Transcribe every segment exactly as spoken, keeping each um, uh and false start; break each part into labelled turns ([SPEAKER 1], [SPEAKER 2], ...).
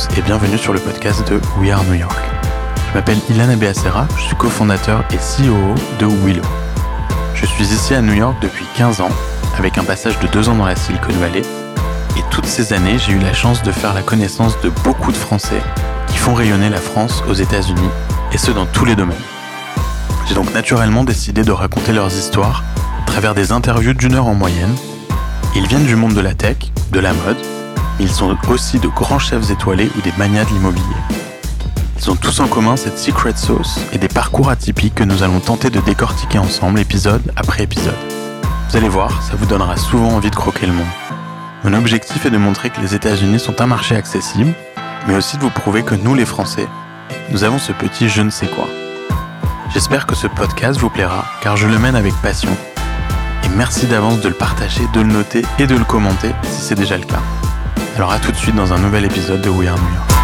[SPEAKER 1] tous et bienvenue sur le podcast de We Are New York. Je m'appelle Ilan Abeacera, je suis cofondateur et C E O de Willow. Je suis ici à New York depuis quinze ans, avec un passage de deux ans dans la Silicon Valley, et toutes ces années, j'ai eu la chance de faire la connaissance de beaucoup de Français qui font rayonner la France aux États-Unis, et ce dans tous les domaines. J'ai donc naturellement décidé de raconter leurs histoires à travers des interviews d'une heure en moyenne. Ils viennent du monde de la tech, de la mode, mais ils sont aussi de grands chefs étoilés ou des magnats de l'immobilier. Ils ont tous en commun cette secret sauce et des parcours atypiques que nous allons tenter de décortiquer ensemble épisode après épisode. Vous allez voir, ça vous donnera souvent envie de croquer le monde. Mon objectif est de montrer que les États-Unis sont un marché accessible, mais aussi de vous prouver que nous les Français, nous avons ce petit je ne sais quoi. J'espère que ce podcast vous plaira, car je le mène avec passion. Et merci d'avance de le partager, de le noter et de le commenter si c'est déjà le cas. Alors à tout de suite dans un nouvel épisode de We Are New York.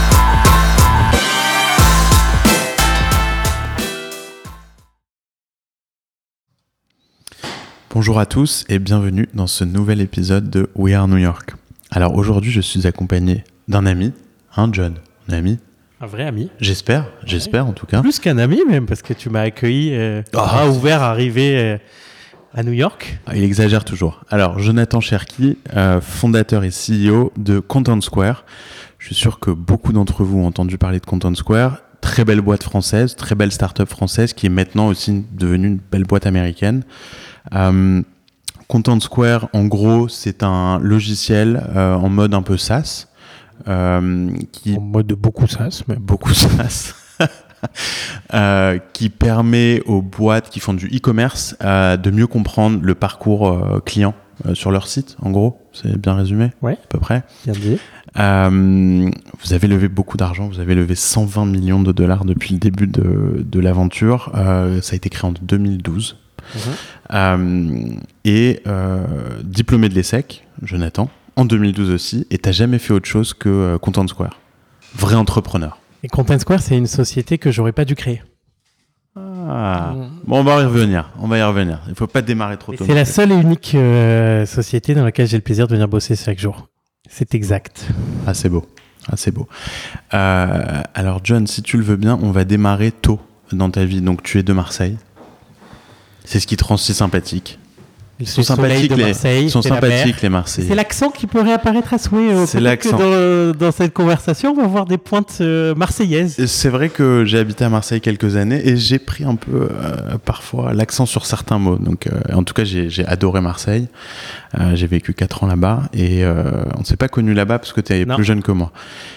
[SPEAKER 1] Bonjour à tous et bienvenue dans ce nouvel épisode de We Are New York. Alors aujourd'hui je suis accompagné d'un ami, hein John, un ami.
[SPEAKER 2] Un vrai ami.
[SPEAKER 1] J'espère, j'espère en tout cas.
[SPEAKER 2] Plus qu'un ami même, parce que tu m'as accueilli, euh,
[SPEAKER 1] Oh.
[SPEAKER 2] bras ouverts, arrivé euh, à New York.
[SPEAKER 1] Ah, il exagère toujours. Alors, Jonathan Cherki, euh, fondateur et C E O de Content Square. Je suis sûr que beaucoup d'entre vous ont entendu parler de Content Square. Très belle boîte française, très belle start-up française qui est maintenant aussi devenue une belle boîte américaine. Euh, Content Square, en gros, c'est un logiciel euh, en mode un peu SaaS. Euh, qui...
[SPEAKER 2] En mode de beaucoup SaaS, mais
[SPEAKER 1] Beaucoup SaaS. Euh, qui permet aux boîtes qui font du e-commerce euh, de mieux comprendre le parcours euh, client euh, sur leur site, en gros. C'est bien résumé,
[SPEAKER 2] ouais,
[SPEAKER 1] à peu près.
[SPEAKER 2] bien dit.
[SPEAKER 1] Euh, vous avez levé beaucoup d'argent, vous avez levé cent vingt millions de dollars depuis le début de, de l'aventure. Euh, ça a été créé en deux mille douze.
[SPEAKER 2] Mm-hmm.
[SPEAKER 1] Euh, et euh, diplômé de l'ESSEC, Jonathan, en deux mille douze aussi, et t'as jamais fait autre chose que euh, Content Square. Vrai entrepreneur.
[SPEAKER 2] Et Content Square, c'est une société que j'aurais pas dû créer.
[SPEAKER 1] Ah.
[SPEAKER 2] Mm.
[SPEAKER 1] Bon, on va y revenir. On va y revenir. Il faut pas démarrer trop
[SPEAKER 2] Et
[SPEAKER 1] tôt.
[SPEAKER 2] c'est la seule et unique euh, société dans laquelle j'ai le plaisir de venir bosser chaque jour. C'est exact.
[SPEAKER 1] Ah, c'est beau. Ah, c'est beau. Euh, alors, John, si tu le veux bien, on va démarrer tôt dans ta vie. Donc, tu es de Marseille. C'est ce qui te rend si sympathique.
[SPEAKER 2] Ils
[SPEAKER 1] sont sympathiques, les,
[SPEAKER 2] Marseille,
[SPEAKER 1] ils sont
[SPEAKER 2] c'est la mer.
[SPEAKER 1] sympathiques les Marseillais.
[SPEAKER 2] C'est l'accent qui peut réapparaître à souhait. Euh,
[SPEAKER 1] C'est
[SPEAKER 2] peut-être
[SPEAKER 1] l'accent.
[SPEAKER 2] que dans, dans cette conversation, on va voir des pointes euh, marseillaises.
[SPEAKER 1] C'est vrai que j'ai habité à Marseille quelques années et j'ai pris un peu euh, parfois l'accent sur certains mots. Donc, euh, en tout cas, j'ai, j'ai adoré Marseille. Euh, j'ai vécu quatre ans là-bas et euh, on ne s'est pas connus là-bas parce que tu es plus jeune que moi.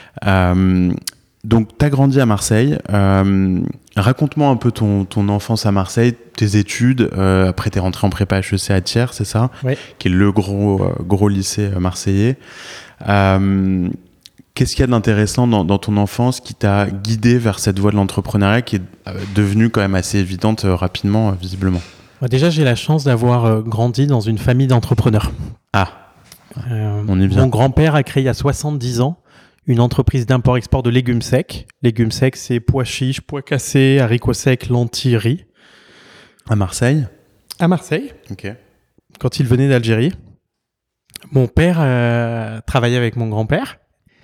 [SPEAKER 1] Euh, donc, tu as grandi à Marseille. Euh, raconte-moi un peu ton, ton enfance à Marseille, tes études. Euh, après, tu es rentré en prépa H E C à Thiers, c'est ça ?
[SPEAKER 2] Ouais.
[SPEAKER 1] Qui est le gros, euh, gros lycée marseillais. Euh, qu'est-ce qu'il y a d'intéressant dans, dans ton enfance qui t'a guidé vers cette voie de l'entrepreneuriat qui est euh, devenue quand même assez évidente euh, rapidement, euh, visiblement ?
[SPEAKER 2] Moi, déjà, j'ai la chance d'avoir euh, grandi dans une famille d'entrepreneurs.
[SPEAKER 1] Ah,
[SPEAKER 2] Euh,
[SPEAKER 1] on y vient.
[SPEAKER 2] Mon grand-père a créé il y a soixante-dix ans une entreprise d'import-export de légumes secs. Légumes secs, c'est pois chiches, pois cassés, haricots secs, lentilles, riz.
[SPEAKER 1] À Marseille ?
[SPEAKER 2] À Marseille,
[SPEAKER 1] Ok.
[SPEAKER 2] quand il venait d'Algérie. Mon père euh, travaillait avec mon grand-père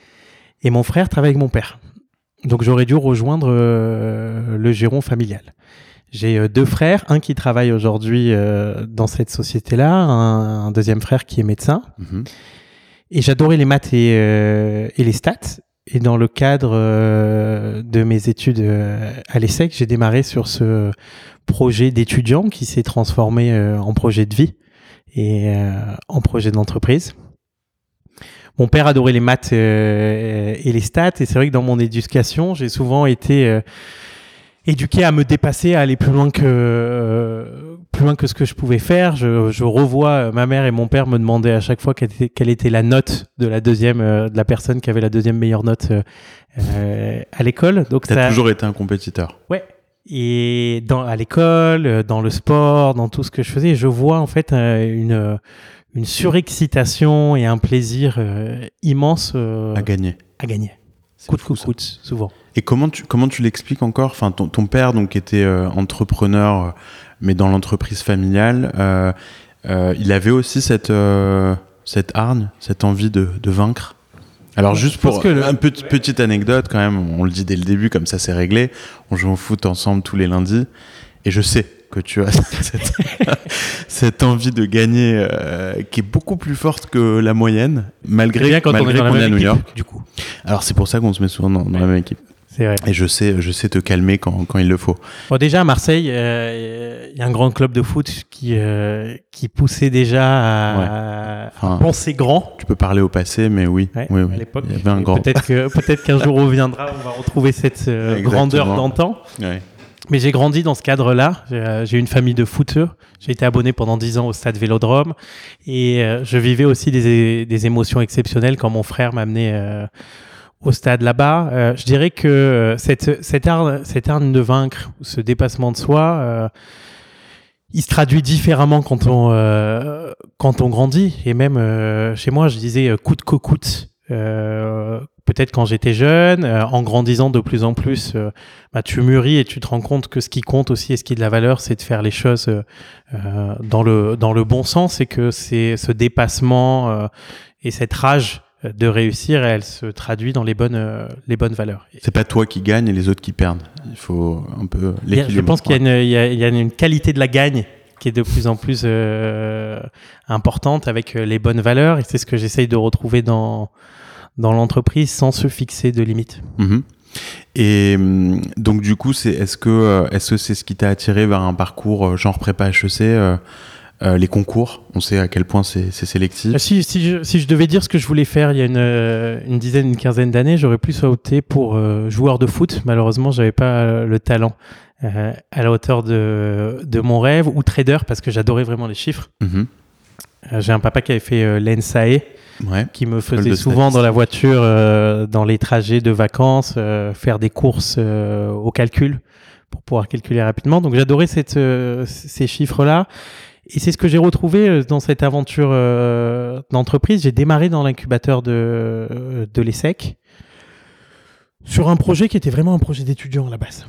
[SPEAKER 2] et mon frère travaillait avec mon père. Donc j'aurais dû rejoindre euh, le giron familial. J'ai euh, deux frères, un qui travaille aujourd'hui euh, dans cette société-là, un, un deuxième frère qui est médecin.
[SPEAKER 1] Mm-hmm.
[SPEAKER 2] Et j'adorais les maths et, euh, et les stats. Et dans le cadre euh, de mes études euh, à l'ESSEC, j'ai démarré sur ce projet d'étudiant qui s'est transformé euh, en projet de vie et euh, en projet d'entreprise. Mon père adorait les maths euh, et les stats. Et c'est vrai que dans mon éducation, j'ai souvent été euh, éduqué à me dépasser, à aller plus loin que... Euh, plus loin que ce que je pouvais faire. Je, je revois ma mère et mon père me demandaient à chaque fois quelle était, quelle était la note de la deuxième, euh, de la personne qui avait la deuxième meilleure note euh, euh, à l'école. Donc
[SPEAKER 1] t'as
[SPEAKER 2] ça...
[SPEAKER 1] toujours été un compétiteur.
[SPEAKER 2] Ouais. Et dans, à l'école, dans le sport, dans tout ce que je faisais, je vois en fait euh, une, une surexcitation et un plaisir euh, immense euh,
[SPEAKER 1] À gagner.
[SPEAKER 2] À gagner.
[SPEAKER 1] C'est
[SPEAKER 2] Coûte
[SPEAKER 1] fou,
[SPEAKER 2] que coûte, souvent.
[SPEAKER 1] Et comment tu, comment tu l'expliques encore ? Enfin, ton, ton père donc, était euh, entrepreneur, euh, mais dans l'entreprise familiale, euh, euh, il avait aussi cette, euh, cette hargne, cette envie de, de vaincre Alors juste pour
[SPEAKER 2] que le...
[SPEAKER 1] une petit, petite anecdote quand même, on le dit dès le début, comme ça c'est réglé, on joue au foot ensemble tous les lundis, et je sais que tu as cette, cette envie de gagner euh, qui est beaucoup plus forte que la moyenne, malgré,
[SPEAKER 2] bien quand
[SPEAKER 1] malgré
[SPEAKER 2] on est,
[SPEAKER 1] qu'on est à
[SPEAKER 2] équipe,
[SPEAKER 1] New York.
[SPEAKER 2] Du coup.
[SPEAKER 1] Alors c'est pour ça qu'on se met souvent dans, dans ouais. la même équipe.
[SPEAKER 2] C'est vrai.
[SPEAKER 1] Et je sais, je sais te calmer quand, quand il le faut.
[SPEAKER 2] Bon, déjà à Marseille, il euh, y a un grand club de foot qui, euh, qui poussait déjà à, ouais. enfin, à penser grand.
[SPEAKER 1] Tu peux parler au passé, mais oui,
[SPEAKER 2] ouais,
[SPEAKER 1] oui,
[SPEAKER 2] à
[SPEAKER 1] oui.
[SPEAKER 2] l'époque.
[SPEAKER 1] Il y avait un grand.
[SPEAKER 2] Peut-être, que, peut-être qu'un jour reviendra, on va retrouver cette euh, grandeur d'antan.
[SPEAKER 1] Ouais.
[SPEAKER 2] Mais j'ai grandi dans ce cadre-là. J'ai, j'ai une famille de footeux. J'ai été abonné pendant dix ans au stade Vélodrome. Et euh, je vivais aussi des, des émotions exceptionnelles quand mon frère m'amenait euh, au stade là-bas. Euh, je dirais que euh, cette, cette, art, cette art de vaincre, ce dépassement de soi, euh, il se traduit différemment quand on, euh, quand on grandit. Et même euh, chez moi, je disais coûte que coûte. Euh, peut-être quand j'étais jeune, euh, en grandissant de plus en plus, euh, bah, tu mûris et tu te rends compte que ce qui compte aussi et ce qui a de la valeur, c'est de faire les choses euh, dans le dans le bon sens, et que c'est ce dépassement euh, et cette rage de réussir, elle se traduit dans les bonnes euh, les bonnes valeurs.
[SPEAKER 1] C'est pas toi qui gagne et les autres qui perdent. Il faut un peu l'équilibre.
[SPEAKER 2] Je pense qu'il y a une il y a, il y a une qualité de la gagne qui est de plus en plus euh, importante, avec les bonnes valeurs, et c'est ce que j'essaye de retrouver dans dans l'entreprise sans se fixer de limites.
[SPEAKER 1] Mmh. Et donc du coup, c'est, est-ce que est-ce que c'est ce qui t'a attiré vers un parcours genre prépa H E C, euh, euh, les concours? On sait à quel point c'est, c'est sélectif.
[SPEAKER 2] Si, si, je, si je devais dire ce que je voulais faire il y a une, une dizaine, une quinzaine d'années, j'aurais plus opté pour euh, joueur de foot. Malheureusement, j'avais pas le talent euh, à la hauteur de, de mon rêve, ou trader, parce que j'adorais vraiment les chiffres.
[SPEAKER 1] Mmh.
[SPEAKER 2] Euh, j'ai un papa qui avait fait euh, l'E N S A E. Ouais, qui me faisait souvent dans la voiture, euh, dans les trajets de vacances, euh, faire des courses euh, au calcul pour pouvoir calculer rapidement. Donc j'adorais cette, euh, ces chiffres-là. Et c'est ce que j'ai retrouvé dans cette aventure euh, d'entreprise. J'ai démarré dans l'incubateur de, de l'E S S E C sur un projet qui était vraiment un projet d'étudiant à la base,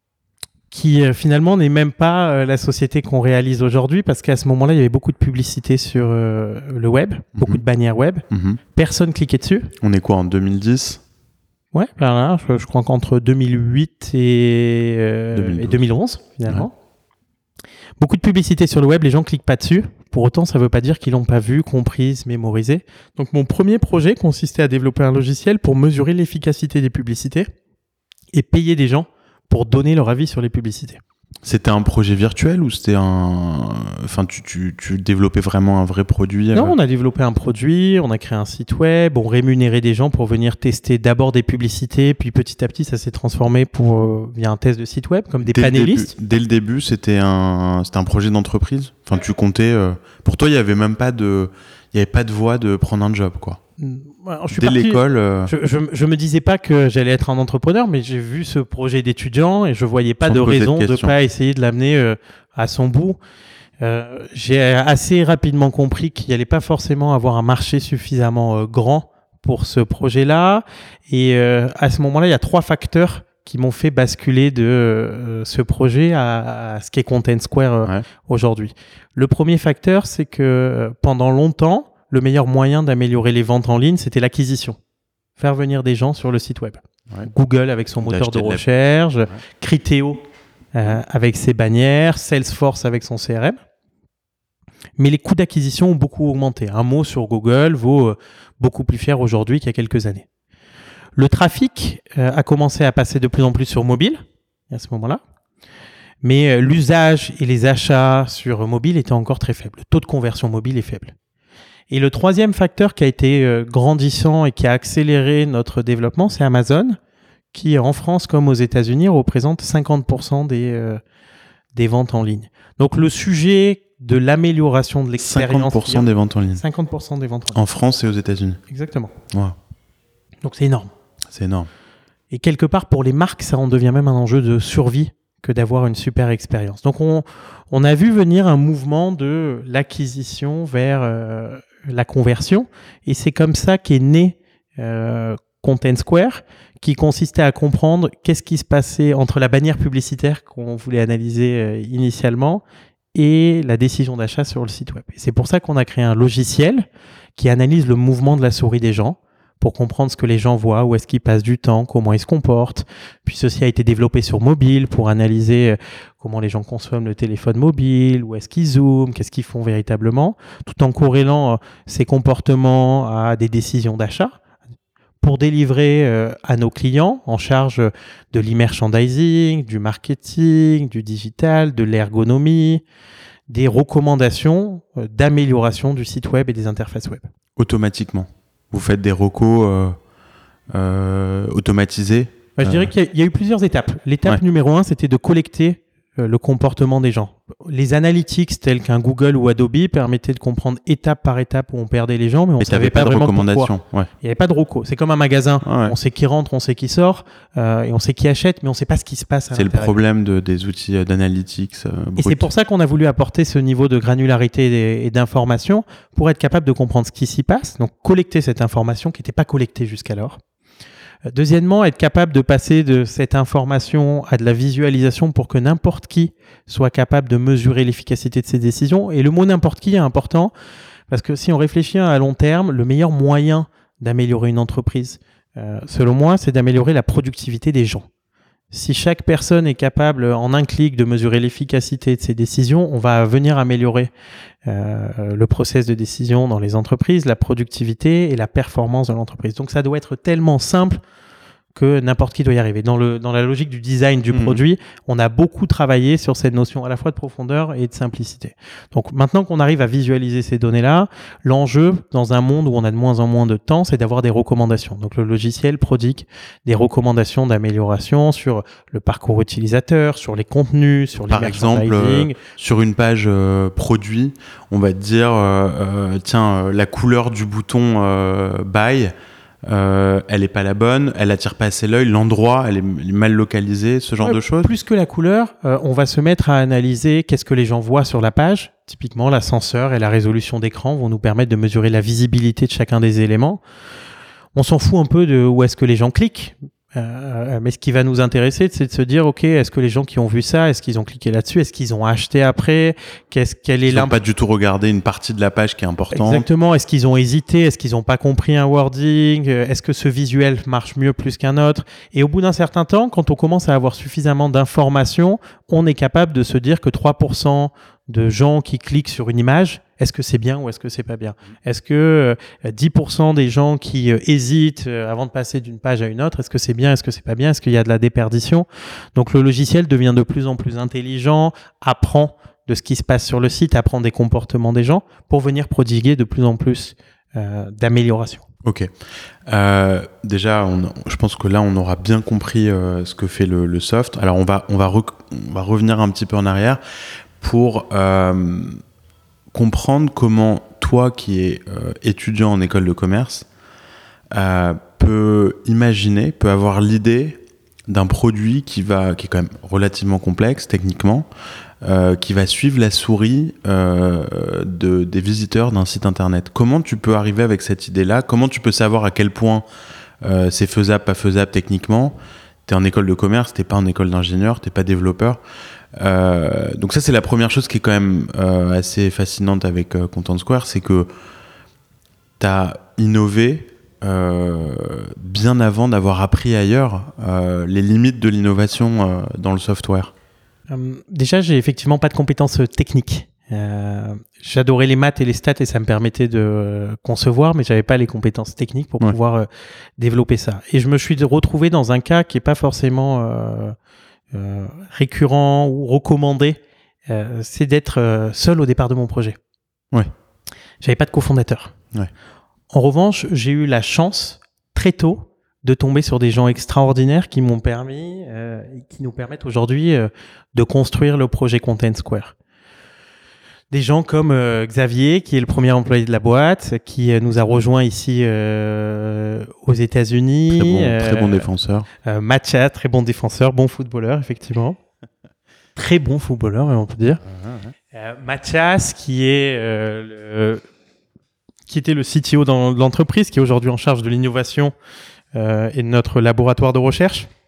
[SPEAKER 2] qui euh, finalement n'est même pas euh, la société qu'on réalise aujourd'hui, parce qu'à ce moment-là, il y avait beaucoup de publicité sur euh, le web, mmh. beaucoup de bannières web. Mmh. Personne cliquait dessus.
[SPEAKER 1] On est quoi, en deux mille dix?
[SPEAKER 2] Ouais, ben là, je, je crois qu'entre deux mille huit et, euh, et deux mille onze, finalement. Ouais. Beaucoup de publicité sur le web, les gens cliquent pas dessus. Pour autant, ça ne veut pas dire qu'ils l'ont pas vu, comprise, mémorisé. Donc, mon premier projet consistait à développer un logiciel pour mesurer l'efficacité des publicités et payer des gens pour donner leur avis sur les publicités.
[SPEAKER 1] C'était un projet virtuel ou c'était un... Enfin, tu, tu, tu développais vraiment un vrai produit?
[SPEAKER 2] Non, on a développé un produit, on a créé un site web, on rémunérait des gens pour venir tester d'abord des publicités, puis petit à petit, ça s'est transformé pour, euh, via un test de site web, comme des
[SPEAKER 1] dès
[SPEAKER 2] panélistes.
[SPEAKER 1] Le début, dès le début, c'était un, c'était un projet d'entreprise? Enfin, tu comptais... Euh... Pour toi, il n'y avait même pas de... Il n'y avait pas de voie de prendre un job, quoi.
[SPEAKER 2] Alors, je suis
[SPEAKER 1] Dès
[SPEAKER 2] parti,
[SPEAKER 1] l'école... Euh...
[SPEAKER 2] Je, je, je me disais pas que j'allais être un entrepreneur, mais j'ai vu ce projet d'étudiant et je voyais pas Sans de raison de, de pas essayer de l'amener euh, à son bout. Euh, j'ai assez rapidement compris qu'il n'y allait pas forcément avoir un marché suffisamment euh, grand pour ce projet-là. Et euh, à ce moment-là, il y a trois facteurs qui m'ont fait basculer de euh, ce projet à, à ce qu'est Content Square euh, ouais. aujourd'hui. Le premier facteur, c'est que euh, pendant longtemps, le meilleur moyen d'améliorer les ventes en ligne, c'était l'acquisition. Faire venir des gens sur le site web. Ouais. Google avec son moteur de recherche, de la... ouais. Criteo euh, avec ses bannières, Salesforce avec son C R M. Mais les coûts d'acquisition ont beaucoup augmenté. Un mot sur Google vaut euh, beaucoup plus cher aujourd'hui qu'il y a quelques années. Le trafic euh, a commencé à passer de plus en plus sur mobile à ce moment-là. Mais euh, l'usage et les achats sur mobile étaient encore très faibles. Le taux de conversion mobile est faible. Et le troisième facteur qui a été euh, grandissant et qui a accéléré notre développement, c'est Amazon, qui en France comme aux États-Unis représente cinquante pour cent des, euh, des ventes en ligne. Donc le sujet de l'amélioration de l'expérience...
[SPEAKER 1] cinquante pour cent des ventes en ligne.
[SPEAKER 2] cinquante pour cent des ventes en ligne.
[SPEAKER 1] En France et aux États-Unis.
[SPEAKER 2] Exactement.
[SPEAKER 1] Wow.
[SPEAKER 2] Donc c'est énorme.
[SPEAKER 1] C'est énorme.
[SPEAKER 2] Et quelque part, pour les marques, ça en devient même un enjeu de survie que d'avoir une super expérience. Donc on, on a vu venir un mouvement de l'acquisition vers... Euh, la conversion, et c'est comme ça qu'est né euh, Content Square, qui consistait à comprendre qu'est-ce qui se passait entre la bannière publicitaire qu'on voulait analyser euh, initialement et la décision d'achat sur le site web. Et c'est pour ça qu'on a créé un logiciel qui analyse le mouvement de la souris des gens pour comprendre ce que les gens voient, où est-ce qu'ils passent du temps, comment ils se comportent. Puis ceci a été développé sur mobile pour analyser comment les gens consomment le téléphone mobile, où est-ce qu'ils zooment, qu'est-ce qu'ils font véritablement, tout en corrélant ces comportements à des décisions d'achat pour délivrer euh, à nos clients en charge de l'e-merchandising, du marketing, du digital, de l'ergonomie, des recommandations euh, d'amélioration du site web et des interfaces web.
[SPEAKER 1] Automatiquement. Vous faites des recos euh, euh, automatisés.
[SPEAKER 2] Bah, je dirais qu'il y a, il y a eu plusieurs étapes. L'étape ouais. numéro un, c'était de collecter euh, le comportement des gens. Les analytics tels qu'un Google ou Adobe permettaient de comprendre étape par étape où on perdait les gens, mais on ne savait pas, pas vraiment pourquoi. Ouais. Il n'y avait pas de recos. C'est comme un magasin. Ouais. On sait qui rentre, on sait qui sort, euh, et on sait qui achète, mais on ne sait pas ce qui se passe à
[SPEAKER 1] C'est le problème de, des outils d'analytics. Euh,
[SPEAKER 2] et c'est pour ça qu'on a voulu apporter ce niveau de granularité et, et d'information pour être capable de comprendre ce qui s'y passe, donc collecter cette information qui n'était pas collectée jusqu'alors. Deuxièmement, être capable de passer de cette information à de la visualisation pour que n'importe qui soit capable de mesurer l'efficacité de ses décisions. Et le mot n'importe qui est important parce que si on réfléchit à long terme, le meilleur moyen d'améliorer une entreprise, euh, selon moi, c'est d'améliorer la productivité des gens. Si chaque personne est capable en un clic de mesurer l'efficacité de ses décisions, on va venir améliorer euh, le process de décision dans les entreprises, la productivité et la performance de l'entreprise. Donc ça doit être tellement simple que n'importe qui doit y arriver. Dans, le, dans la logique du design du mmh. produit, on a beaucoup travaillé sur cette notion à la fois de profondeur et de simplicité. Donc maintenant qu'on arrive à visualiser ces données-là, l'enjeu dans un monde où on a de moins en moins de temps, c'est d'avoir des recommandations. Donc le logiciel prodigue des recommandations d'amélioration sur le parcours utilisateur, sur les contenus, sur les
[SPEAKER 1] Par exemple, euh, sur une page euh, produit, on va te dire, euh, euh, tiens, euh, la couleur du bouton euh, buy, Euh, elle est pas la bonne, elle attire pas assez l'œil, l'endroit, elle est, elle est mal localisée, ce genre
[SPEAKER 2] ouais,
[SPEAKER 1] de choses.
[SPEAKER 2] Plus que la couleur, euh, on va se mettre à analyser qu'est-ce que les gens voient sur la page. Typiquement, l'ascenseur et la résolution d'écran vont nous permettre de mesurer la visibilité de chacun des éléments. On s'en fout un peu de où est-ce que les gens cliquent. Euh, mais ce qui va nous intéresser, c'est de se dire, ok, est-ce que les gens qui ont vu ça, est-ce qu'ils ont cliqué là-dessus, est-ce qu'ils ont acheté après, qu'est-ce quelle est
[SPEAKER 1] Ils n'ont pas du tout regardé une partie de la page qui est importante.
[SPEAKER 2] Exactement. Est-ce qu'ils ont hésité, est-ce qu'ils n'ont pas compris un wording, est-ce que ce visuel marche mieux plus qu'un autre. Et au bout d'un certain temps, quand on commence à avoir suffisamment d'informations, on est capable de se dire que trois pour cent de gens qui cliquent sur une image, est-ce que c'est bien ou est-ce que c'est pas bien ? Est-ce que euh, dix pour cent des gens qui euh, hésitent euh, avant de passer d'une page à une autre, est-ce que c'est bien, est-ce que c'est pas bien, est-ce qu'il y a de la déperdition ? Donc le logiciel devient de plus en plus intelligent, apprend de ce qui se passe sur le site, apprend des comportements des gens pour venir prodiguer de plus en plus euh, d'améliorations.
[SPEAKER 1] Ok. Euh, déjà, on, je pense que là, on aura bien compris euh, ce que fait le, le soft. Alors, on va, on va, rec- on va revenir un petit peu en arrière pour euh, comprendre comment toi, qui es euh, étudiant en école de commerce, euh, peut imaginer, peut avoir l'idée d'un produit qui va, qui est quand même relativement complexe techniquement, euh, qui va suivre la souris euh, de, des visiteurs d'un site internet. Comment tu peux arriver avec cette idée-là ? Comment tu peux savoir à quel point euh, c'est faisable, pas faisable techniquement ? T'es en école de commerce, t'es pas en école d'ingénieur, t'es pas développeur. Euh, donc ça, c'est la première chose qui est quand même euh, assez fascinante avec euh, Content Square, c'est que t'as innové euh, bien avant d'avoir appris ailleurs euh, les limites de l'innovation euh, dans le software.
[SPEAKER 2] Euh, déjà, j'ai effectivement pas de compétences techniques. Euh, j'adorais les maths et les stats et ça me permettait de euh, concevoir, mais j'avais pas les compétences techniques pour ouais. pouvoir euh, développer ça. Et je me suis retrouvé dans un cas qui est pas forcément euh, euh, récurrent ou recommandé, euh, c'est d'être euh, seul au départ de mon projet.
[SPEAKER 1] Ouais.
[SPEAKER 2] J'avais pas de cofondateur.
[SPEAKER 1] Ouais.
[SPEAKER 2] En revanche, j'ai eu la chance très tôt de tomber sur des gens extraordinaires qui m'ont permis, euh, qui nous permettent aujourd'hui euh, de construire le projet Content Square. Des gens comme euh, Xavier, qui est le premier employé de la boîte, qui euh, nous a rejoint ici euh, aux États-Unis.
[SPEAKER 1] Très bon,
[SPEAKER 2] euh,
[SPEAKER 1] très bon défenseur.
[SPEAKER 2] Euh, Matcha, très bon défenseur, bon footballeur, effectivement. Très bon footballeur, on peut dire. Uh-huh. Euh, Mathias, qui est euh, le, qui était le C T O dans l'entreprise, qui est aujourd'hui en charge de l'innovation euh, et de notre laboratoire de recherche.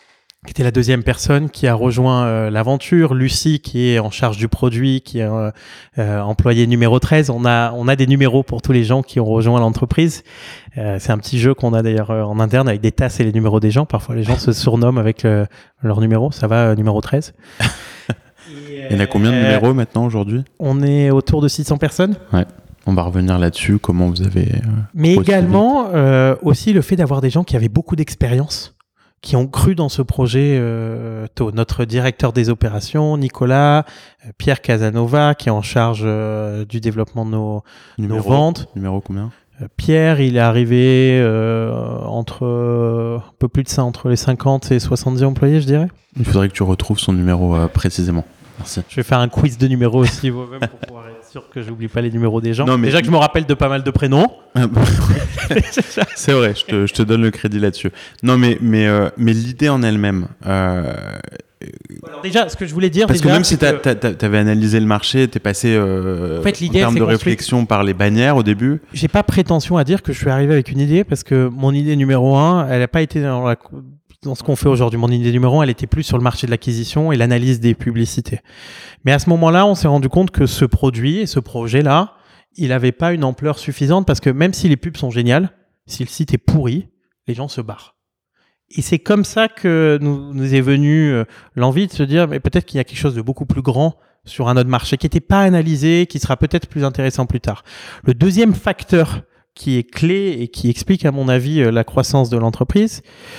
[SPEAKER 2] qui était la deuxième personne qui a rejoint euh, l'aventure, Lucie qui est en charge du produit, qui est euh, euh, employé numéro treize. On a on a des numéros pour tous les gens qui ont rejoint l'entreprise. Euh, c'est un petit jeu qu'on a d'ailleurs euh, en interne avec des tasses et les numéros des gens. Parfois les gens se surnomment avec euh, leur numéro. Ça va, euh, numéro treize.
[SPEAKER 1] Et, il y en a combien de euh, numéros maintenant aujourd'hui ?
[SPEAKER 2] On est autour de six cents personnes.
[SPEAKER 1] Ouais. On va revenir là-dessus, comment vous avez... Euh,
[SPEAKER 2] Mais également euh, aussi le fait d'avoir des gens qui avaient beaucoup d'expérience, qui ont cru dans ce projet euh, tôt. Notre directeur des opérations, Nicolas, euh, Pierre Casanova, qui est en charge euh, du développement de nos,
[SPEAKER 1] numéro,
[SPEAKER 2] nos ventes.
[SPEAKER 1] Numéro combien ?
[SPEAKER 2] euh, Pierre, il est arrivé euh, entre euh, un peu plus de ça, entre les cinquante et soixante-dix employés, je dirais.
[SPEAKER 1] Il faudrait que tu retrouves son numéro euh, précisément. Merci.
[SPEAKER 2] Je vais faire un quiz de numéros aussi moi-même pour pouvoir être sûr que j'oublie pas les numéros des gens.
[SPEAKER 1] Non, mais...
[SPEAKER 2] Déjà que je me rappelle de pas mal de prénoms.
[SPEAKER 1] C'est vrai, je te, je te donne le crédit là-dessus. Non, mais, mais, euh, mais l'idée en elle-même... Euh...
[SPEAKER 2] Alors déjà, ce que je voulais dire...
[SPEAKER 1] Parce
[SPEAKER 2] déjà,
[SPEAKER 1] que même si tu
[SPEAKER 2] que...
[SPEAKER 1] avais analysé le marché, tu es passé euh,
[SPEAKER 2] en, fait,
[SPEAKER 1] en termes de réflexion fait... par les bannières au début.
[SPEAKER 2] J'ai pas prétention à dire que je suis arrivé avec une idée, parce que mon idée numéro un, elle n'a pas été dans la... dans ce qu'on fait aujourd'hui. Mon idée numéro un, elle était plus sur le marché de l'acquisition et l'analyse des publicités. Mais à ce moment-là, on s'est rendu compte que ce produit et ce projet-là, il n'avait pas une ampleur suffisante parce que même si les pubs sont géniales, si le site est pourri, les gens se barrent. Et c'est comme ça que nous, nous est venue l'envie de se dire, mais peut-être qu'il y a quelque chose de beaucoup plus grand sur un autre marché qui n'était pas analysé, qui sera peut-être plus intéressant plus tard. Le deuxième facteur qui est clé et qui explique, à mon avis, la croissance de l'entreprise,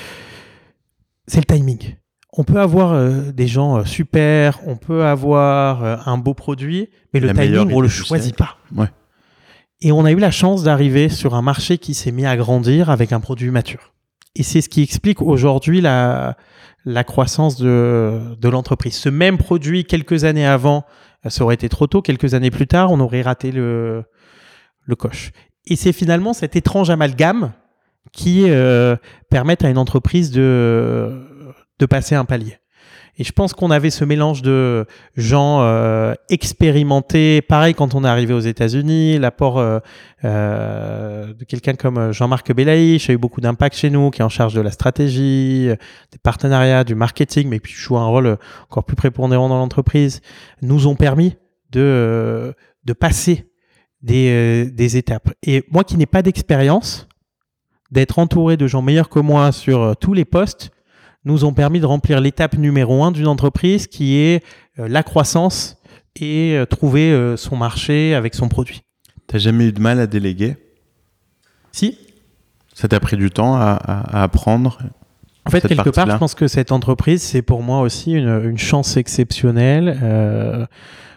[SPEAKER 2] c'est le timing. On peut avoir euh, des gens euh, super, on peut avoir euh, un beau produit, mais le
[SPEAKER 1] la
[SPEAKER 2] timing, on le choisit pas.
[SPEAKER 1] Ouais.
[SPEAKER 2] Et on a eu la chance d'arriver sur un marché qui s'est mis à grandir avec un produit mature. Et c'est ce qui explique aujourd'hui la, la croissance de, de l'entreprise. Ce même produit, quelques années avant, ça aurait été trop tôt. Quelques années plus tard, on aurait raté le, le coche. Et c'est finalement cet étrange amalgame qui euh, permettent à une entreprise de, de passer un palier. Et je pense qu'on avait ce mélange de gens euh, expérimentés, pareil quand on est arrivé aux États-Unis, l'apport euh, euh, de quelqu'un comme Jean-Marc Belaïch a eu beaucoup d'impact chez nous, qui est en charge de la stratégie, des partenariats, du marketing, mais puis joue un rôle encore plus prépondérant dans l'entreprise, nous ont permis de, de passer des, des étapes. Et moi qui n'ai pas d'expérience, d'être entouré de gens meilleurs que moi sur tous les postes, nous ont permis de remplir l'étape numéro un d'une entreprise qui est euh, la croissance et euh, trouver euh, son marché avec son produit.
[SPEAKER 1] T'as jamais eu de mal à déléguer ?
[SPEAKER 2] Si.
[SPEAKER 1] Ça t'a pris du temps à, à, à apprendre ?
[SPEAKER 2] En fait, quelque part, je pense que cette entreprise, c'est pour moi aussi une, une chance exceptionnelle euh,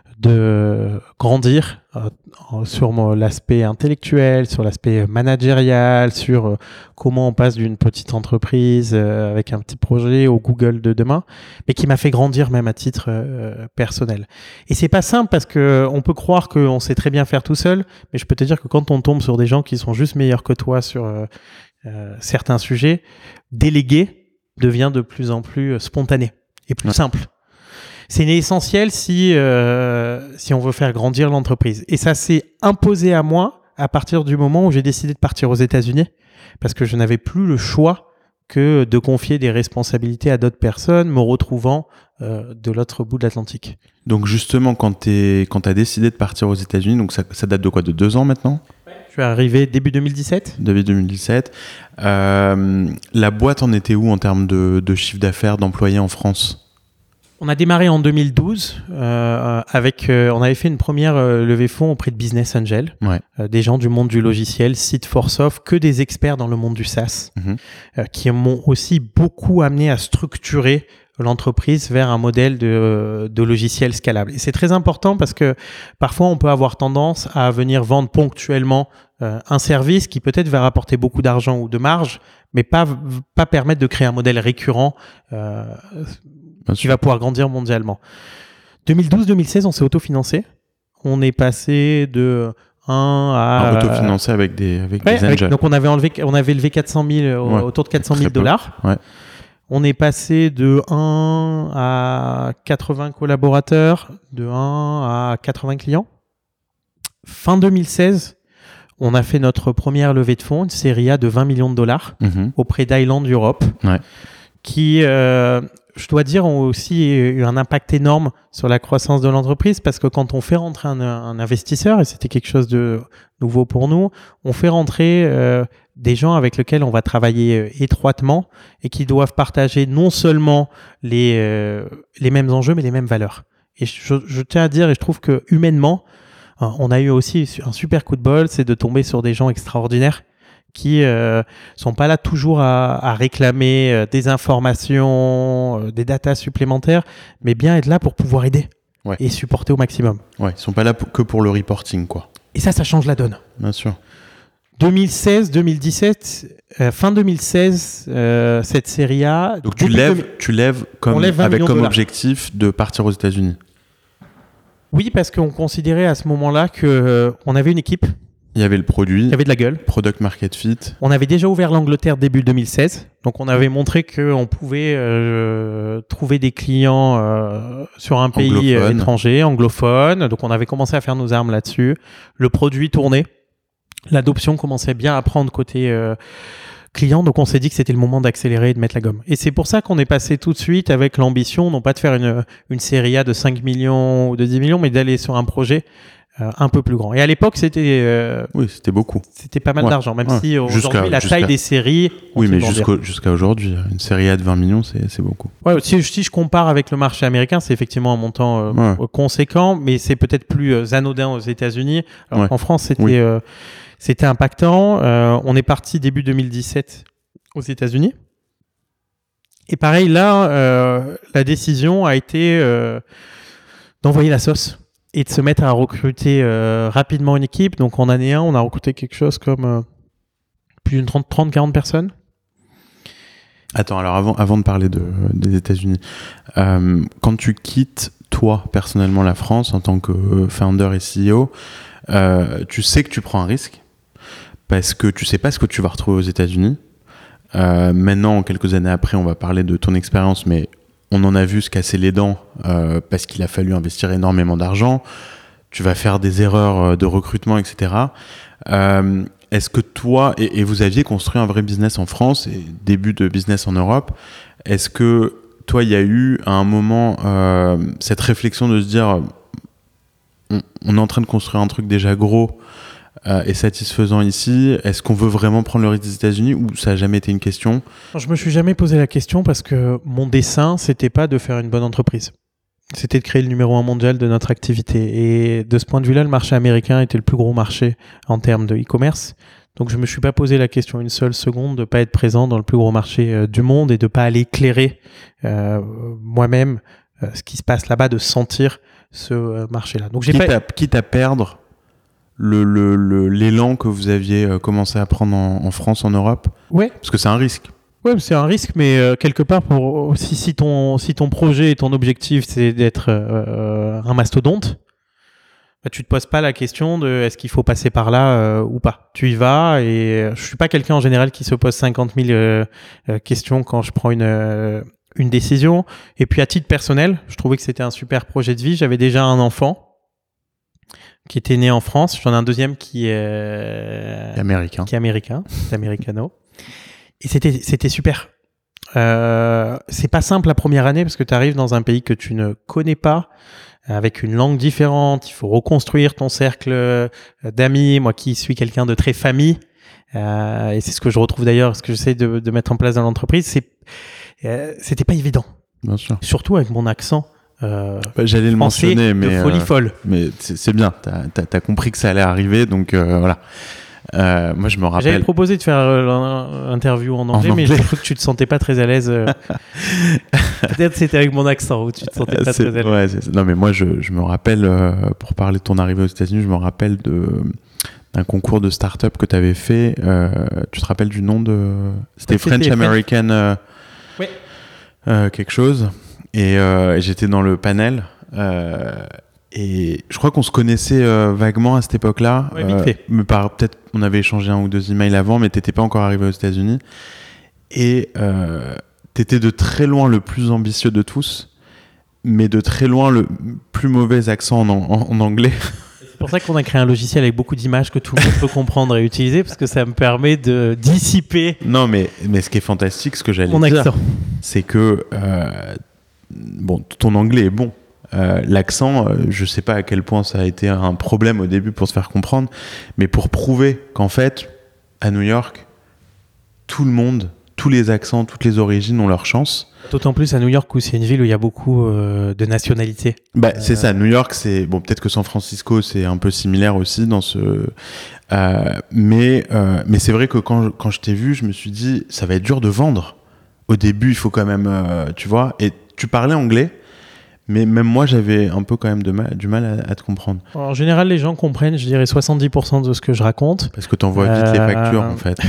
[SPEAKER 2] de grandir euh, sur mon, l'aspect intellectuel, sur l'aspect managérial, sur euh, comment on passe d'une petite entreprise euh, avec un petit projet au Google de demain, mais qui m'a fait grandir même à titre euh, personnel. Et c'est pas simple parce que on peut croire qu'on sait très bien faire tout seul, mais je peux te dire que quand on tombe sur des gens qui sont juste meilleurs que toi sur euh, euh, certains sujets, déléguer devient de plus en plus spontané et plus ouais. simple. C'est essentiel si, euh, si on veut faire grandir l'entreprise. Et ça s'est imposé à moi à partir du moment où j'ai décidé de partir aux États-Unis, parce que je n'avais plus le choix que de confier des responsabilités à d'autres personnes, me retrouvant euh, de l'autre bout de l'Atlantique.
[SPEAKER 1] Donc justement, quand tu as décidé de partir aux États-Unis, donc ça, ça date de quoi, de deux ans maintenant ?
[SPEAKER 2] Je suis arrivé début deux mille dix-sept.
[SPEAKER 1] Début deux mille dix-sept. Euh, la boîte en était où en termes de, de chiffre d'affaires, d'employés en France ?
[SPEAKER 2] On a démarré en deux mille douze euh, avec, euh, on avait fait une première euh, levée fonds auprès de Business Angel,
[SPEAKER 1] ouais.
[SPEAKER 2] euh, des gens du monde du logiciel, Site for Soft, que des experts dans le monde du SaaS, mm-hmm. euh, qui m'ont aussi beaucoup amené à structurer l'entreprise vers un modèle de, de logiciel scalable. Et c'est très important parce que parfois on peut avoir tendance à venir vendre ponctuellement euh, un service qui peut-être va rapporter beaucoup d'argent ou de marge, mais pas, pas permettre de créer un modèle récurrent euh, qui va pouvoir grandir mondialement. deux mille douze deux mille seize, on s'est autofinancé. On est passé de un à...
[SPEAKER 1] Alors, autofinancé avec des, avec
[SPEAKER 2] ouais,
[SPEAKER 1] des angels.
[SPEAKER 2] Avec, donc on avait, enlevé, on avait levé quatre cent mille, ouais, autour de quatre cent mille dollars.
[SPEAKER 1] Ouais.
[SPEAKER 2] On est passé de un à quatre-vingts collaborateurs, de un à quatre-vingts clients. Fin deux mille seize, on a fait notre première levée de fonds, une série A de vingt millions de dollars, mm-hmm. auprès d'Island Europe.
[SPEAKER 1] Ouais.
[SPEAKER 2] qui, euh, je dois dire, ont aussi eu un impact énorme sur la croissance de l'entreprise, parce que quand on fait rentrer un, un investisseur, et c'était quelque chose de nouveau pour nous, on fait rentrer euh, des gens avec lesquels on va travailler euh, étroitement et qui doivent partager non seulement les, euh, les mêmes enjeux, mais les mêmes valeurs. Et je, je tiens à dire, et je trouve que humainement, on a eu aussi un super coup de bol, c'est de tomber sur des gens extraordinaires qui euh, sont pas là toujours à, à réclamer euh, des informations, euh, des datas supplémentaires, mais bien être là pour pouvoir aider
[SPEAKER 1] ouais.
[SPEAKER 2] et supporter au maximum.
[SPEAKER 1] Ouais, ils sont pas là pour, que pour le reporting, quoi.
[SPEAKER 2] Et ça, ça change la donne.
[SPEAKER 1] Bien sûr.
[SPEAKER 2] deux mille seize deux mille dix-sept, euh, fin deux mille seize, euh, cette série A.
[SPEAKER 1] Donc tu lèves, tu lèves comme,
[SPEAKER 2] lève
[SPEAKER 1] avec comme
[SPEAKER 2] de
[SPEAKER 1] objectif de partir aux États-Unis.
[SPEAKER 2] Oui, parce qu'on considérait à ce moment-là qu'on euh, avait une équipe.
[SPEAKER 1] Il y avait le produit.
[SPEAKER 2] Il y avait de la gueule.
[SPEAKER 1] Product Market Fit.
[SPEAKER 2] On avait déjà ouvert l'Angleterre début deux mille seize. Donc on avait montré qu'on pouvait euh, trouver des clients euh, sur un pays
[SPEAKER 1] anglophone.
[SPEAKER 2] étranger, anglophone. Donc on avait commencé à faire nos armes là-dessus. Le produit tournait. L'adoption commençait bien à prendre côté euh, client. Donc on s'est dit que c'était le moment d'accélérer et de mettre la gomme. Et c'est pour ça qu'on est passé tout de suite avec l'ambition, non pas de faire une, une série A de cinq millions ou de dix millions, mais d'aller sur un projet euh, un peu plus grand. Et à l'époque, c'était euh,
[SPEAKER 1] oui, c'était beaucoup.
[SPEAKER 2] C'était pas mal
[SPEAKER 1] ouais.
[SPEAKER 2] d'argent, même
[SPEAKER 1] ouais.
[SPEAKER 2] si aujourd'hui,
[SPEAKER 1] jusqu'à,
[SPEAKER 2] la
[SPEAKER 1] jusqu'à...
[SPEAKER 2] taille des séries...
[SPEAKER 1] Oui, mais jusqu'au, jusqu'à aujourd'hui, une série A de vingt millions, c'est, c'est beaucoup.
[SPEAKER 2] Ouais, si, si je compare avec le marché américain, c'est effectivement un montant euh, ouais. conséquent, mais c'est peut-être plus euh, anodin aux États-Unis. Alors ouais. qu'en France, c'était... Oui. Euh, C'était impactant. Euh, on est parti début deux mille dix-sept aux États-Unis. Et pareil, là, euh, la décision a été euh, d'envoyer la sauce et de se mettre à recruter euh, rapidement une équipe. Donc, en année un, on a recruté quelque chose comme euh, plus d'une trente à quarante personnes.
[SPEAKER 1] Attends, alors avant, avant de parler de, des États-Unis, euh, quand tu quittes, toi, personnellement, la France, en tant que founder et C E O, euh, tu sais que tu prends un risque. Parce que tu sais pas ce que tu vas retrouver aux États-Unis. Euh, maintenant, quelques années après, on va parler de ton expérience, mais on en a vu se casser les dents euh, parce qu'il a fallu investir énormément d'argent. Tu vas faire des erreurs de recrutement, et cetera. Euh, est-ce que toi, et, et vous aviez construit un vrai business en France et début de business en Europe, est-ce que toi, il y a eu à un moment euh, cette réflexion de se dire on, on est en train de construire un truc déjà gros Euh, et satisfaisant ici, est-ce qu'on veut vraiment prendre le risque des États-Unis ou ça n'a jamais été une question ?
[SPEAKER 2] Je me suis jamais posé la question parce que mon dessein, c'était pas de faire une bonne entreprise. C'était de créer le numéro un mondial de notre activité. Et de ce point de vue-là, le marché américain était le plus gros marché en termes de e-commerce. Donc je me suis pas posé la question une seule seconde de pas être présent dans le plus gros marché euh, du monde et de pas aller éclairer euh, moi-même euh, ce qui se passe là-bas, de sentir ce euh, marché-là. Donc j'ai
[SPEAKER 1] quitte,
[SPEAKER 2] pas...
[SPEAKER 1] à, quitte à perdre Le, le, le, l'élan que vous aviez euh, commencé à prendre en, en France, en Europe ?
[SPEAKER 2] Ouais.
[SPEAKER 1] Parce que c'est un risque.
[SPEAKER 2] Ouais, c'est un risque, mais euh, quelque part, pour, si, si, ton, si ton projet et ton objectif, c'est d'être euh, un mastodonte, bah, tu ne te poses pas la question de est-ce qu'il faut passer par là euh, ou pas. Tu y vas, et je ne suis pas quelqu'un en général qui se pose cinquante mille euh, euh, questions quand je prends une, euh, une décision. Et puis à titre personnel, je trouvais que c'était un super projet de vie. J'avais déjà un enfant qui était né en France. J'en ai un deuxième qui est, euh,
[SPEAKER 1] qui est américain.
[SPEAKER 2] Qui est américain, c'est americano. Et c'était, c'était super. Euh, c'est pas simple la première année parce que tu arrives dans un pays que tu ne connais pas, avec une langue différente. Il faut reconstruire ton cercle d'amis. Moi qui suis quelqu'un de très famille, euh, et c'est ce que je retrouve d'ailleurs, ce que j'essaie de, de mettre en place dans l'entreprise, c'est, euh, c'était pas évident.
[SPEAKER 1] Bien sûr.
[SPEAKER 2] Surtout avec mon accent. Euh,
[SPEAKER 1] bah, j'allais le mentionner, mais
[SPEAKER 2] de folie
[SPEAKER 1] euh,
[SPEAKER 2] folle.
[SPEAKER 1] Mais c'est, c'est bien. T'as, t'as, t'as compris que ça allait arriver, donc euh, voilà. Euh, moi, je me rappelle.
[SPEAKER 2] J'avais proposé de faire euh, l'interview en anglais, en mais anglais. Je trouve que tu te sentais pas très à l'aise. Euh... Peut-être c'était avec mon accent où tu te sentais pas
[SPEAKER 1] c'est,
[SPEAKER 2] très à l'aise.
[SPEAKER 1] Ouais, c'est, non, mais moi, je, je me rappelle, euh, pour parler de ton arrivée aux États-Unis, je me rappelle de d'un concours de start-up que tu avais fait. Euh, tu te rappelles du nom de C'était French c'était American. Euh,
[SPEAKER 2] oui.
[SPEAKER 1] Euh, quelque chose. Et euh, j'étais dans le panel. Euh, et je crois qu'on se connaissait euh, vaguement à cette époque-là.
[SPEAKER 2] Ouais, vite fait.
[SPEAKER 1] Euh, mais par, peut-être on avait échangé un ou deux emails avant, mais t'étais pas encore arrivé aux États-Unis. Et euh, t'étais de très loin le plus ambitieux de tous, mais de très loin le plus mauvais accent en, en, en anglais.
[SPEAKER 2] C'est pour ça qu'on a créé un logiciel avec beaucoup d'images que tout le monde peut comprendre et utiliser, parce que ça me permet de dissiper.
[SPEAKER 1] Non, mais, mais ce qui est fantastique, ce que j'allais
[SPEAKER 2] mon
[SPEAKER 1] dire,
[SPEAKER 2] accent.
[SPEAKER 1] c'est que euh, bon, ton anglais est bon. Euh, l'accent, euh, je sais pas à quel point ça a été un problème au début pour se faire comprendre, mais pour prouver qu'en fait, à New York, tout le monde, tous les accents, toutes les origines ont leur chance.
[SPEAKER 2] D'autant plus à New York où c'est une ville où il y a beaucoup euh, de nationalités.
[SPEAKER 1] Bah,
[SPEAKER 2] euh...
[SPEAKER 1] c'est ça, New York, c'est bon, peut-être que San Francisco, c'est un peu similaire aussi dans ce. Euh, mais euh, mais c'est vrai que quand quand je t'ai vu, je me suis dit, ça va être dur de vendre. Au début, il faut quand même, euh, tu vois. Et tu parlais anglais, mais même moi, j'avais un peu quand même de mal, du mal à, à te comprendre.
[SPEAKER 2] En général, les gens comprennent, je dirais soixante-dix pour cent de ce que je raconte.
[SPEAKER 1] Parce que t'envoies vite euh... les factures, en fait.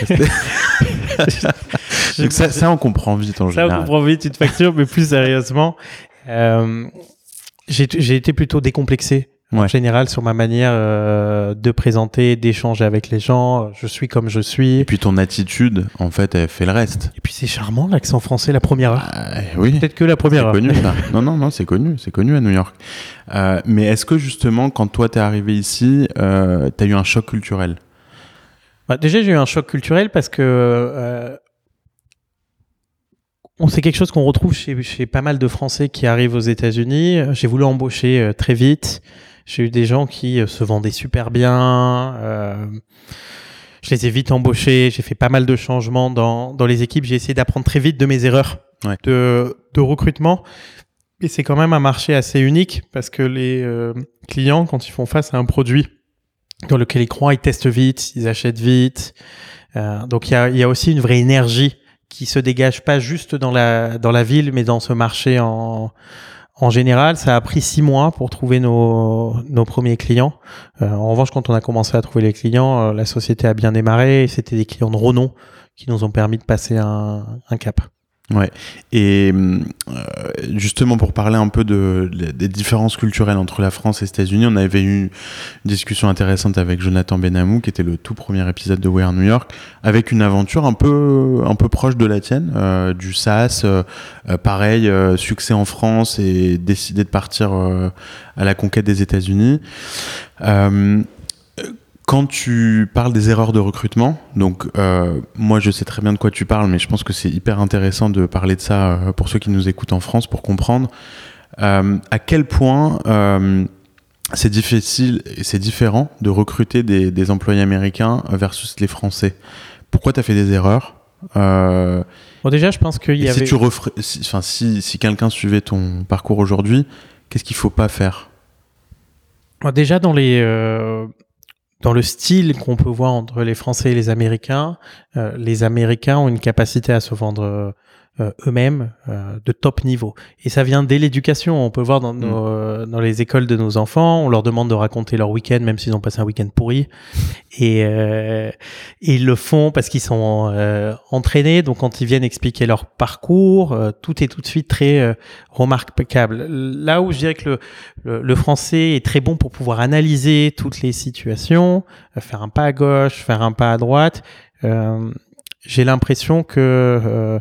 [SPEAKER 1] Donc ça, ça, on comprend vite en général.
[SPEAKER 2] Ça, on comprend vite une facture, mais plus sérieusement, euh, j'ai, j'ai été plutôt décomplexé ouais. en général sur ma manière euh, de présenter, d'échanger avec les gens. Je suis comme je suis.
[SPEAKER 1] Et puis ton attitude, en fait, elle fait le reste.
[SPEAKER 2] Et puis c'est charmant l'accent français la première heure.
[SPEAKER 1] Euh, oui.
[SPEAKER 2] Peut-être que la première
[SPEAKER 1] c'est
[SPEAKER 2] heure.
[SPEAKER 1] Connu, ça. Non, non, non, c'est connu, c'est connu à New York. Euh, mais est-ce que justement, quand toi t'es arrivé ici, euh, t'as eu un choc culturel?
[SPEAKER 2] Bah, déjà, j'ai eu un choc culturel parce que euh, on c'est quelque chose qu'on retrouve chez, chez pas mal de Français qui arrivent aux États-Unis. J'ai voulu embaucher euh, très vite. J'ai eu des gens qui euh, se vendaient super bien. Euh, je les ai vite embauchés. J'ai fait pas mal de changements dans, dans les équipes. J'ai essayé d'apprendre très vite de mes erreurs ouais. de, de recrutement. Et c'est quand même un marché assez unique parce que les euh, clients, quand ils font face à un produit dans lequel ils croient, ils testent vite, ils achètent vite. Euh, donc il y a, y a aussi une vraie énergie qui se dégage pas juste dans la dans la ville, mais dans ce marché en en général. Ça a pris six mois pour trouver nos nos premiers clients. Euh, en revanche, quand on a commencé à trouver les clients, euh, la société a bien démarré. Et c'était des clients de renom qui nous ont permis de passer un, un cap.
[SPEAKER 1] Ouais. Et euh, justement pour parler un peu de, de des différences culturelles entre la France et les États-Unis, on avait eu une discussion intéressante avec Jonathan Benamou, qui était le tout premier épisode de We Are New York, avec une aventure un peu un peu proche de la tienne, euh, du SaaS, euh, pareil, euh, succès en France et décider de partir euh, à la conquête des États-Unis. Euh, Quand tu parles des erreurs de recrutement, donc euh, moi je sais très bien de quoi tu parles, mais je pense que c'est hyper intéressant de parler de ça euh, pour ceux qui nous écoutent en France pour comprendre euh, à quel point euh, c'est difficile et c'est différent de recruter des, des employés américains versus les Français. Pourquoi tu as fait des erreurs euh,
[SPEAKER 2] Bon déjà je pense qu'il y avait...
[SPEAKER 1] Si, tu referais, si, enfin, si, si quelqu'un suivait ton parcours aujourd'hui, qu'est-ce qu'il ne faut pas faire?
[SPEAKER 2] Bon, déjà dans les... Euh... Dans le style qu'on peut voir entre les Français et les Américains, euh, les Américains ont une capacité à se vendre euh, eux-mêmes euh, de top niveau. Et ça vient dès l'éducation. On peut le voir dans, nos, euh, dans les écoles de nos enfants. On leur demande de raconter leur week-end, même s'ils ont passé un week-end pourri. Et, euh, et ils le font parce qu'ils sont euh, entraînés. Donc, quand ils viennent expliquer leur parcours, euh, tout est tout de suite très euh, remarquable. Là où je dirais que le, le, le français est très bon pour pouvoir analyser toutes les situations, euh, faire un pas à gauche, faire un pas à droite, euh, j'ai l'impression que... Euh,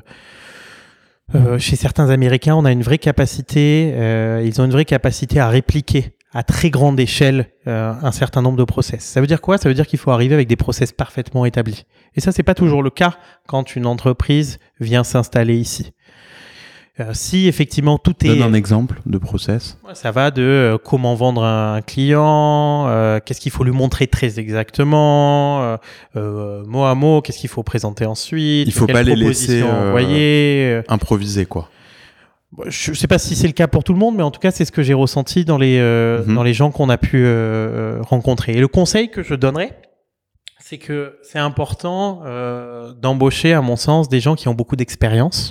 [SPEAKER 2] Euh, chez certains Américains, on a une vraie capacité, euh, ils ont une vraie capacité à répliquer à très grande échelle euh, un certain nombre de process. Ça veut dire quoi? Ça veut dire qu'il faut arriver avec des process parfaitement établis. Et ça, c'est pas toujours le cas quand une entreprise vient s'installer ici. Euh, si effectivement tout est...
[SPEAKER 1] Donne un exemple de process.
[SPEAKER 2] Ça va de euh, comment vendre un client, euh, qu'est-ce qu'il faut lui montrer très exactement, euh, euh, mot à mot, qu'est-ce qu'il faut présenter ensuite.
[SPEAKER 1] Il faut pas les laisser euh,
[SPEAKER 2] envoyer.
[SPEAKER 1] improviser, quoi.
[SPEAKER 2] Je ne sais pas si c'est le cas pour tout le monde, mais en tout cas, c'est ce que j'ai ressenti dans les, euh, mm-hmm. dans les gens qu'on a pu euh, rencontrer. Et le conseil que je donnerais, c'est que c'est important euh, d'embaucher, à mon sens, des gens qui ont beaucoup d'expérience,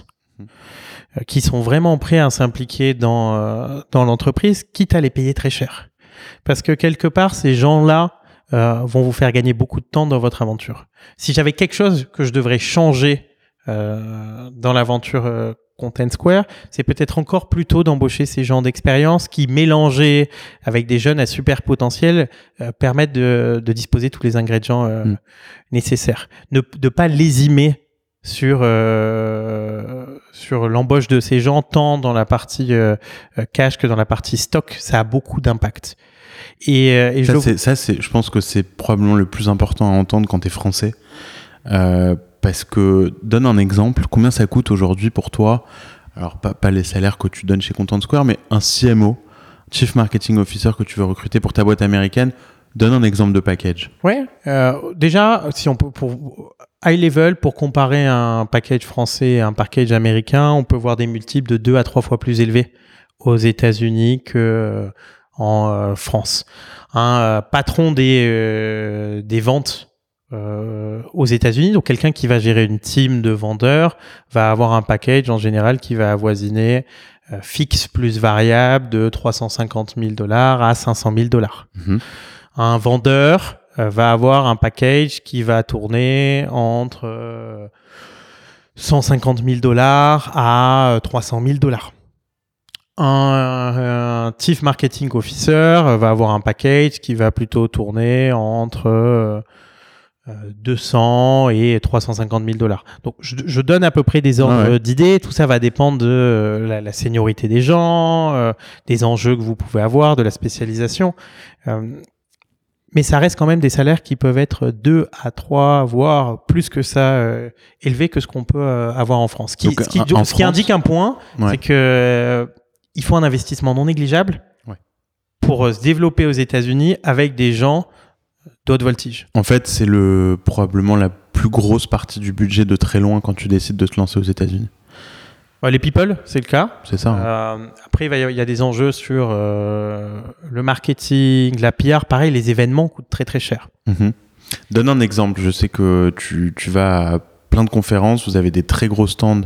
[SPEAKER 2] qui sont vraiment prêts à s'impliquer dans euh, dans l'entreprise, quitte à les payer très cher. Parce que quelque part, ces gens-là euh, vont vous faire gagner beaucoup de temps dans votre aventure. Si j'avais quelque chose que je devrais changer euh, dans l'aventure euh, Content Square, c'est peut-être encore plutôt d'embaucher ces gens d'expérience qui, mélangés avec des jeunes à super potentiel, euh, permettent de, de disposer tous les ingrédients euh, mmh. nécessaires. Ne de pas lésimer sur euh, sur l'embauche de ces gens, tant dans la partie euh, cash que dans la partie stock, ça a beaucoup d'impact. Et, euh, et
[SPEAKER 1] ça,
[SPEAKER 2] je...
[SPEAKER 1] c'est, ça c'est, je pense que c'est probablement le plus important à entendre quand tu es français. Euh, parce que, donne un exemple, combien ça coûte aujourd'hui pour toi, alors pas, pas les salaires que tu donnes chez Content Square, mais un C M O, Chief Marketing Officer que tu veux recruter pour ta boîte américaine, donne un exemple de package.
[SPEAKER 2] Ouais, euh, déjà, si on peut, pour high level, pour comparer un package français et un package américain, on peut voir des multiples de deux à trois fois plus élevés aux États-Unis que euh, en euh, France. Un euh, patron des euh, des ventes euh, aux États-Unis, donc quelqu'un qui va gérer une team de vendeurs, va avoir un package en général qui va avoisiner euh, fixe plus variable de trois cent cinquante mille dollars à cinq cent mille dollars.
[SPEAKER 1] Mm-hmm.
[SPEAKER 2] Un vendeur euh, va avoir un package qui va tourner entre euh, cent cinquante mille dollars à euh, trois cent mille dollars. Un, un Chief Marketing Officer euh, va avoir un package qui va plutôt tourner entre euh, deux cents et trois cent cinquante mille dollars. Donc, je, je donne à peu près des ordres
[SPEAKER 1] ouais, ouais.
[SPEAKER 2] d'idées. Tout ça va dépendre de euh, la, la seniorité des gens, euh, des enjeux que vous pouvez avoir, de la spécialisation. Euh, Mais ça reste quand même des salaires qui peuvent être deux à trois, voire plus que ça, euh, élevés que ce qu'on peut euh, avoir en France. Qui,
[SPEAKER 1] Donc,
[SPEAKER 2] ce qui,
[SPEAKER 1] en
[SPEAKER 2] ce
[SPEAKER 1] France,
[SPEAKER 2] qui indique un point,
[SPEAKER 1] ouais.
[SPEAKER 2] c'est que euh, il faut un investissement non négligeable
[SPEAKER 1] ouais.
[SPEAKER 2] pour euh, se développer aux États-Unis avec des gens de haute voltige.
[SPEAKER 1] En fait, c'est le, probablement la plus grosse partie du budget de très loin quand tu décides de te lancer aux États-Unis.
[SPEAKER 2] Ouais, les people, c'est le cas.
[SPEAKER 1] C'est ça. Hein.
[SPEAKER 2] Euh, après, il, va y, il y a des enjeux sur euh, le marketing, la P R. Pareil, les événements coûtent très très cher.
[SPEAKER 1] Mm-hmm. Donne un exemple. Je sais que tu, tu vas à plein de conférences, vous avez des très gros stands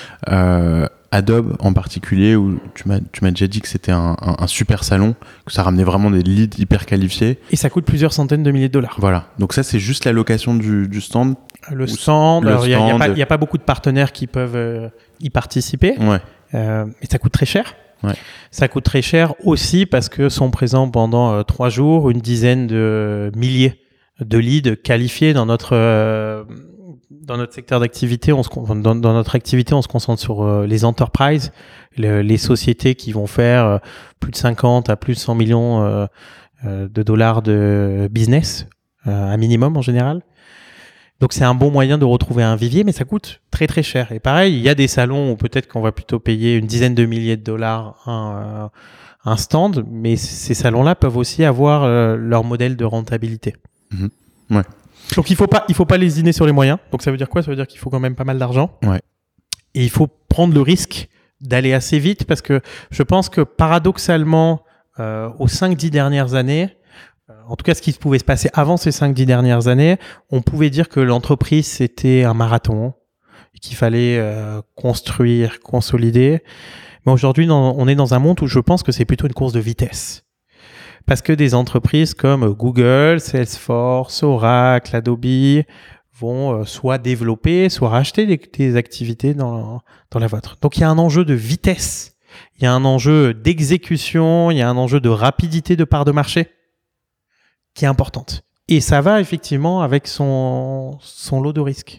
[SPEAKER 1] euh, Adobe en particulier, où tu m'as, tu m'as déjà dit que c'était un, un, un super salon, que ça ramenait vraiment des leads hyper qualifiés.
[SPEAKER 2] Et ça coûte plusieurs centaines de milliers de dollars.
[SPEAKER 1] Voilà. Donc ça, c'est juste la location du, du stand.
[SPEAKER 2] Le stand,
[SPEAKER 1] le
[SPEAKER 2] alors il n'y a,
[SPEAKER 1] stand.
[SPEAKER 2] a, a pas beaucoup de partenaires qui peuvent euh, y participer,
[SPEAKER 1] Ouais.
[SPEAKER 2] euh, et ça coûte très cher.
[SPEAKER 1] Ouais.
[SPEAKER 2] Ça coûte très cher aussi parce que sont présents pendant euh, trois jours une dizaine de milliers de leads qualifiés dans notre euh, dans notre secteur d'activité. On se dans, dans notre activité, on se concentre sur euh, les enterprises, le, les sociétés qui vont faire euh, plus de cinquante à plus de cent millions euh, euh, de dollars de business, euh, un minimum en général. Donc c'est un bon moyen de retrouver un vivier, mais ça coûte très très cher. Et pareil, il y a des salons où peut-être qu'on va plutôt payer une dizaine de milliers de dollars un, euh, un stand, mais ces salons-là peuvent aussi avoir euh, leur modèle de rentabilité.
[SPEAKER 1] Mmh. Ouais.
[SPEAKER 2] Donc il faut pas, il faut pas lésiner sur les moyens. Donc ça veut dire quoi ? Ça veut dire qu'il faut quand même pas mal d'argent.
[SPEAKER 1] Ouais.
[SPEAKER 2] Et il faut prendre le risque d'aller assez vite parce que je pense que paradoxalement, euh, aux cinq dix dernières années, en tout cas, ce qui pouvait se passer avant ces cinq dix dernières années, on pouvait dire que l'entreprise, c'était un marathon, qu'il fallait euh, construire, consolider. Mais aujourd'hui, dans, on est dans un monde où je pense que c'est plutôt une course de vitesse. Parce que des entreprises comme Google, Salesforce, Oracle, Adobe vont euh, soit développer, soit racheter des, des activités dans, dans la vôtre. Donc, il y a un enjeu de vitesse, il y a un enjeu d'exécution, il y a un enjeu de rapidité de part de marché qui est importante. Et ça va effectivement avec son, son lot de risques.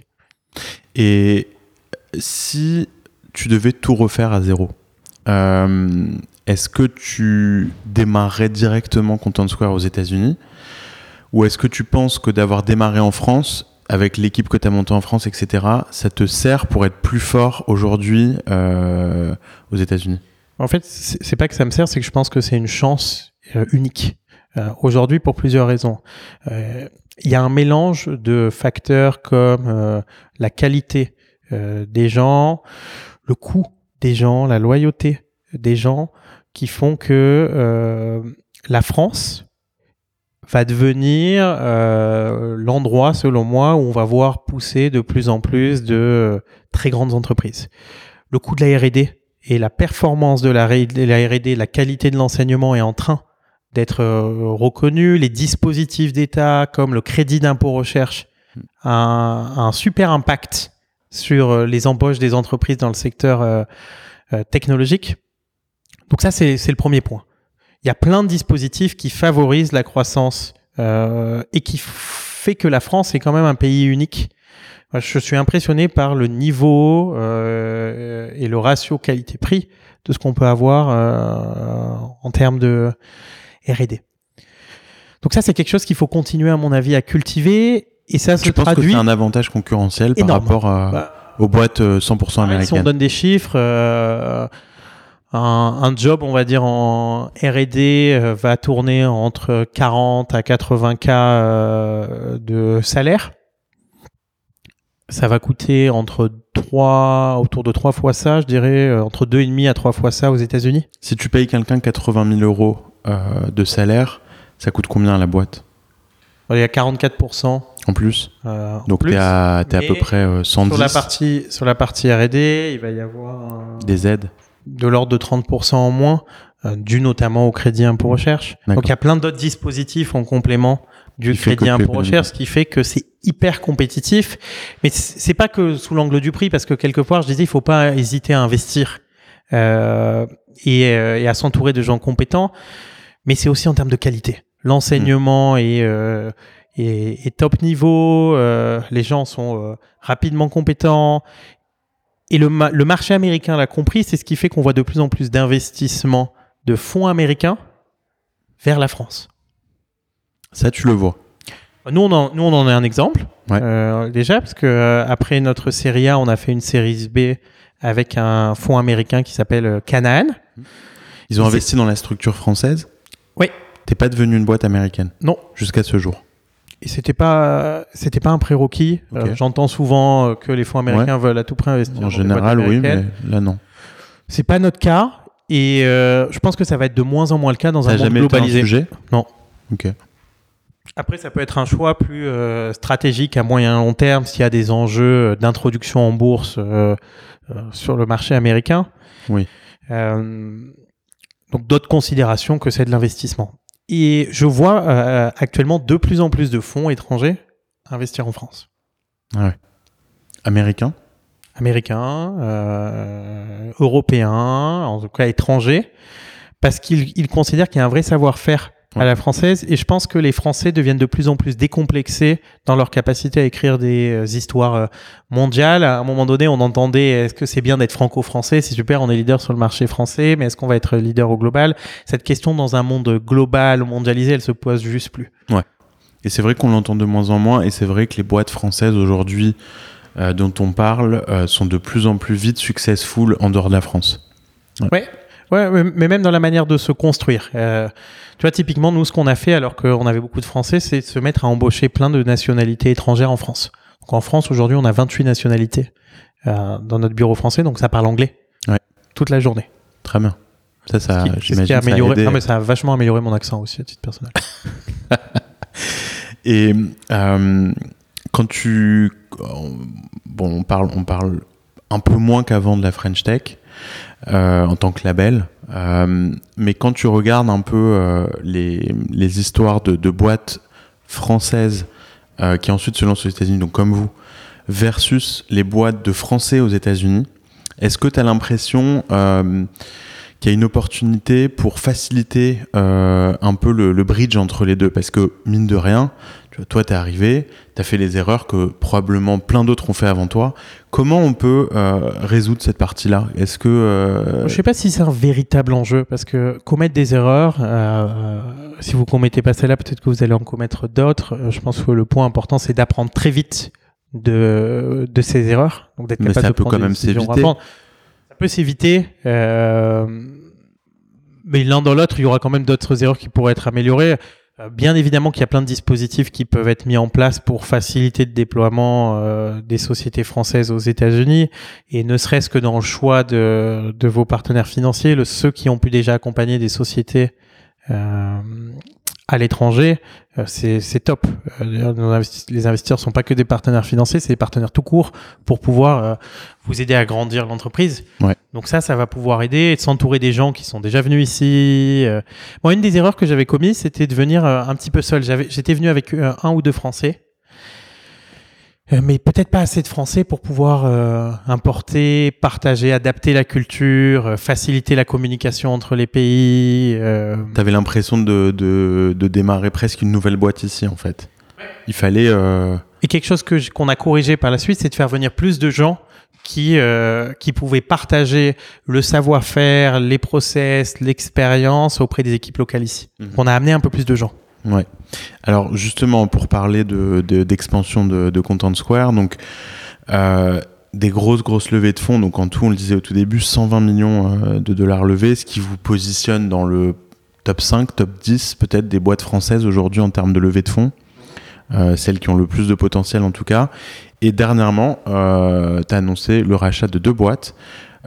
[SPEAKER 1] Et si tu devais tout refaire à zéro, euh, est-ce que tu démarrerais directement Content Square aux États-Unis ? Ou est-ce que tu penses que d'avoir démarré en France, avec l'équipe que tu as montée en France, et cetera, ça te sert pour être plus fort aujourd'hui euh, aux États-Unis ?
[SPEAKER 2] En fait, c'est, c'est pas que ça me sert, c'est que je pense que c'est une chance euh, unique. Euh, aujourd'hui, pour plusieurs raisons. Euh, il y a un mélange de facteurs comme euh, la qualité euh, des gens, le coût des gens, la loyauté des gens, qui font que euh, la France va devenir euh, l'endroit, selon moi, où on va voir pousser de plus en plus de euh, très grandes entreprises. Le coût de la R et D et la performance de la, de la R et D, la qualité de l'enseignement est en train d'être euh, reconnu. Les dispositifs d'État comme le crédit d'impôt recherche a un, un super impact sur euh, les embauches des entreprises dans le secteur euh, euh, technologique. Donc ça, c'est, c'est le premier point. Il y a plein de dispositifs qui favorisent la croissance euh, et qui f- fait que la France est quand même un pays unique. Je suis impressionné par le niveau euh, et le ratio qualité-prix de ce qu'on peut avoir euh, en termes de R et D. Donc ça, c'est quelque chose qu'il faut continuer, à mon avis, à cultiver. Et ça se
[SPEAKER 1] tu penses
[SPEAKER 2] traduit...
[SPEAKER 1] que c'est un avantage concurrentiel par
[SPEAKER 2] énorme.
[SPEAKER 1] rapport à, bah, aux boîtes cent pour cent américaines?
[SPEAKER 2] Si on donne des chiffres, euh, un, un job, on va dire, en R et D euh, va tourner entre quarante à quatre-vingts K euh, de salaire. Ça va coûter entre trois, autour de trois fois ça, je dirais, euh, entre deux virgule cinq à trois fois ça aux États-Unis.
[SPEAKER 1] Si tu payes quelqu'un quatre-vingt mille euros euh, de salaire, ça coûte combien la boîte?
[SPEAKER 2] Il y a quarante-quatre pour cent.
[SPEAKER 1] En plus.
[SPEAKER 2] Euh,
[SPEAKER 1] Donc
[SPEAKER 2] tu es
[SPEAKER 1] à, t'es à peu près euh, cent dix.
[SPEAKER 2] Sur la partie, sur la partie R et D, il va y avoir un,
[SPEAKER 1] des aides
[SPEAKER 2] de l'ordre de trente pour cent en moins, euh, dû notamment au crédit impôt recherche.
[SPEAKER 1] D'accord.
[SPEAKER 2] Donc il y a plein d'autres dispositifs en complément du
[SPEAKER 1] qui
[SPEAKER 2] crédit impôt recherche, ce qui fait que c'est hyper compétitif. Mais c'est pas que sous l'angle du prix, parce que quelque part, je disais, il faut pas hésiter à investir euh, et, euh, et à s'entourer de gens compétents, mais c'est aussi en termes de qualité. L'enseignement mmh. est, euh, est, est top niveau, euh, les gens sont euh, rapidement compétents. Et le, ma- le marché américain l'a compris, c'est ce qui fait qu'on voit de plus en plus d'investissements de fonds américains vers la France.
[SPEAKER 1] Ça, tu le vois.
[SPEAKER 2] Nous, on en, nous, on en a un exemple,
[SPEAKER 1] ouais.
[SPEAKER 2] euh, déjà, parce que euh, après notre série A, on a fait une série B avec un fonds américain qui s'appelle Canaan.
[SPEAKER 1] Ils ont
[SPEAKER 2] c'est...
[SPEAKER 1] investi dans la structure française?
[SPEAKER 2] Oui.
[SPEAKER 1] T'es pas devenu une boîte américaine?
[SPEAKER 2] Non.
[SPEAKER 1] Jusqu'à ce jour?
[SPEAKER 2] Et c'était pas, c'était pas un prérequis. Okay. Euh, j'entends souvent que les fonds américains ouais. veulent à tout prix investir.
[SPEAKER 1] En général, oui, mais là, non.
[SPEAKER 2] C'est pas notre cas. Et euh, je pense que ça va être de moins en moins le cas dans
[SPEAKER 1] ça
[SPEAKER 2] un monde
[SPEAKER 1] jamais
[SPEAKER 2] globalisé.
[SPEAKER 1] Été un sujet?
[SPEAKER 2] Non.
[SPEAKER 1] Ok.
[SPEAKER 2] Après, ça peut être un choix plus euh, stratégique à moyen long terme s'il y a des enjeux d'introduction en bourse euh, euh, sur le marché américain.
[SPEAKER 1] Oui.
[SPEAKER 2] Euh, donc, d'autres considérations que c'est de l'investissement. Et je vois euh, actuellement de plus en plus de fonds étrangers investir en France.
[SPEAKER 1] Ouais. Américains?
[SPEAKER 2] Américains, euh, européens, en tout cas étrangers, parce qu'ils ils considèrent qu'il y a un vrai savoir-faire à la française, et je pense que les Français deviennent de plus en plus décomplexés dans leur capacité à écrire des euh, histoires euh, mondiales. À un moment donné, on entendait, est-ce que c'est bien d'être franco-français? C'est super, on est leader sur le marché français, mais est-ce qu'on va être leader au global? Cette question dans un monde global, mondialisé, elle se pose juste plus.
[SPEAKER 1] Ouais. Et c'est vrai qu'on l'entend de moins en moins, et c'est vrai que les boîtes françaises aujourd'hui euh, dont on parle euh, sont de plus en plus vite successful en dehors de la France.
[SPEAKER 2] Ouais. Ouais. Ouais, mais même dans la manière de se construire. Euh, tu vois, typiquement, nous, ce qu'on a fait, alors qu'on avait beaucoup de Français, c'est de se mettre à embaucher plein de nationalités étrangères en France. Donc, en France, aujourd'hui, on a vingt-huit nationalités euh, dans notre bureau français, donc ça parle anglais.
[SPEAKER 1] Ouais.
[SPEAKER 2] Toute la journée.
[SPEAKER 1] Très bien. Ça, ça,
[SPEAKER 2] ce qui,
[SPEAKER 1] j'imagine
[SPEAKER 2] ce qui a amélioré,
[SPEAKER 1] ça a aidé.
[SPEAKER 2] Non, mais ça a vachement amélioré mon accent aussi, à titre personnel.
[SPEAKER 1] Et euh, quand tu... Bon, on parle, on parle un peu moins qu'avant de la French Tech, Euh, en tant que label, euh, mais quand tu regardes un peu euh, les, les histoires de, de boîtes françaises euh, qui ensuite se lancent aux États-Unis, donc comme vous, versus les boîtes de Français aux États-Unis, est-ce que tu as l'impression euh, qu'il y a une opportunité pour faciliter euh, un peu le, le bridge entre les deux? Parce que, mine de rien, tu vois, toi, t'es arrivé, t'as fait les erreurs que probablement plein d'autres ont fait avant toi. Comment on peut euh, résoudre cette partie-là? Est-ce que... Euh...
[SPEAKER 2] Je sais pas si c'est un véritable enjeu, parce que commettre des erreurs, euh, si vous commettez pas celle-là, peut-être que vous allez en commettre d'autres. Je pense que le point important, c'est d'apprendre très vite de, de ces erreurs. Donc d'être
[SPEAKER 1] Mais
[SPEAKER 2] capable
[SPEAKER 1] ça
[SPEAKER 2] de
[SPEAKER 1] peut
[SPEAKER 2] prendre
[SPEAKER 1] quand même
[SPEAKER 2] des décisions
[SPEAKER 1] s'éviter.
[SPEAKER 2] rapides. Ça peut s'éviter, euh, mais l'un dans l'autre, il y aura quand même d'autres erreurs qui pourraient être améliorées. Euh, bien évidemment qu'il y a plein de dispositifs qui peuvent être mis en place pour faciliter le déploiement euh, des sociétés françaises aux États-Unis, et ne serait-ce que dans le choix de, de vos partenaires financiers, le, ceux qui ont pu déjà accompagner des sociétés euh, à l'étranger, euh, c'est, c'est top. Euh, nos investi- les investisseurs sont pas que des partenaires financiers, c'est des partenaires tout court pour pouvoir euh, vous aider à grandir l'entreprise.
[SPEAKER 1] Ouais.
[SPEAKER 2] Donc ça, ça va pouvoir aider, et de s'entourer des gens qui sont déjà venus ici. Euh. Bon, une des erreurs que j'avais commises, c'était de venir euh, un petit peu seul. J'avais, j'étais venu avec euh, un ou deux Français, euh, mais peut-être pas assez de Français pour pouvoir euh, importer, partager, adapter la culture, euh, faciliter la communication entre les pays. Euh...
[SPEAKER 1] T'avais l'impression de, de, de démarrer presque une nouvelle boîte ici, en fait. Il fallait... Euh...
[SPEAKER 2] Et quelque chose que, qu'on a corrigé par la suite, c'est de faire venir plus de gens qui, euh, qui pouvaient partager le savoir-faire, les process, l'expérience auprès des équipes locales ici. Mmh. On a amené un peu plus de gens.
[SPEAKER 1] Ouais. Alors justement, pour parler de, de, d'expansion de, de Content Square, donc euh, des grosses, grosses levées de fonds. Donc en tout, on le disait au tout début, cent vingt millions euh, de dollars levés, ce qui vous positionne dans le top cinq, top dix peut-être des boîtes françaises aujourd'hui en termes de levée de fonds. Euh, celles qui ont le plus de potentiel en tout cas. Et dernièrement, euh, tu as annoncé le rachat de deux boîtes.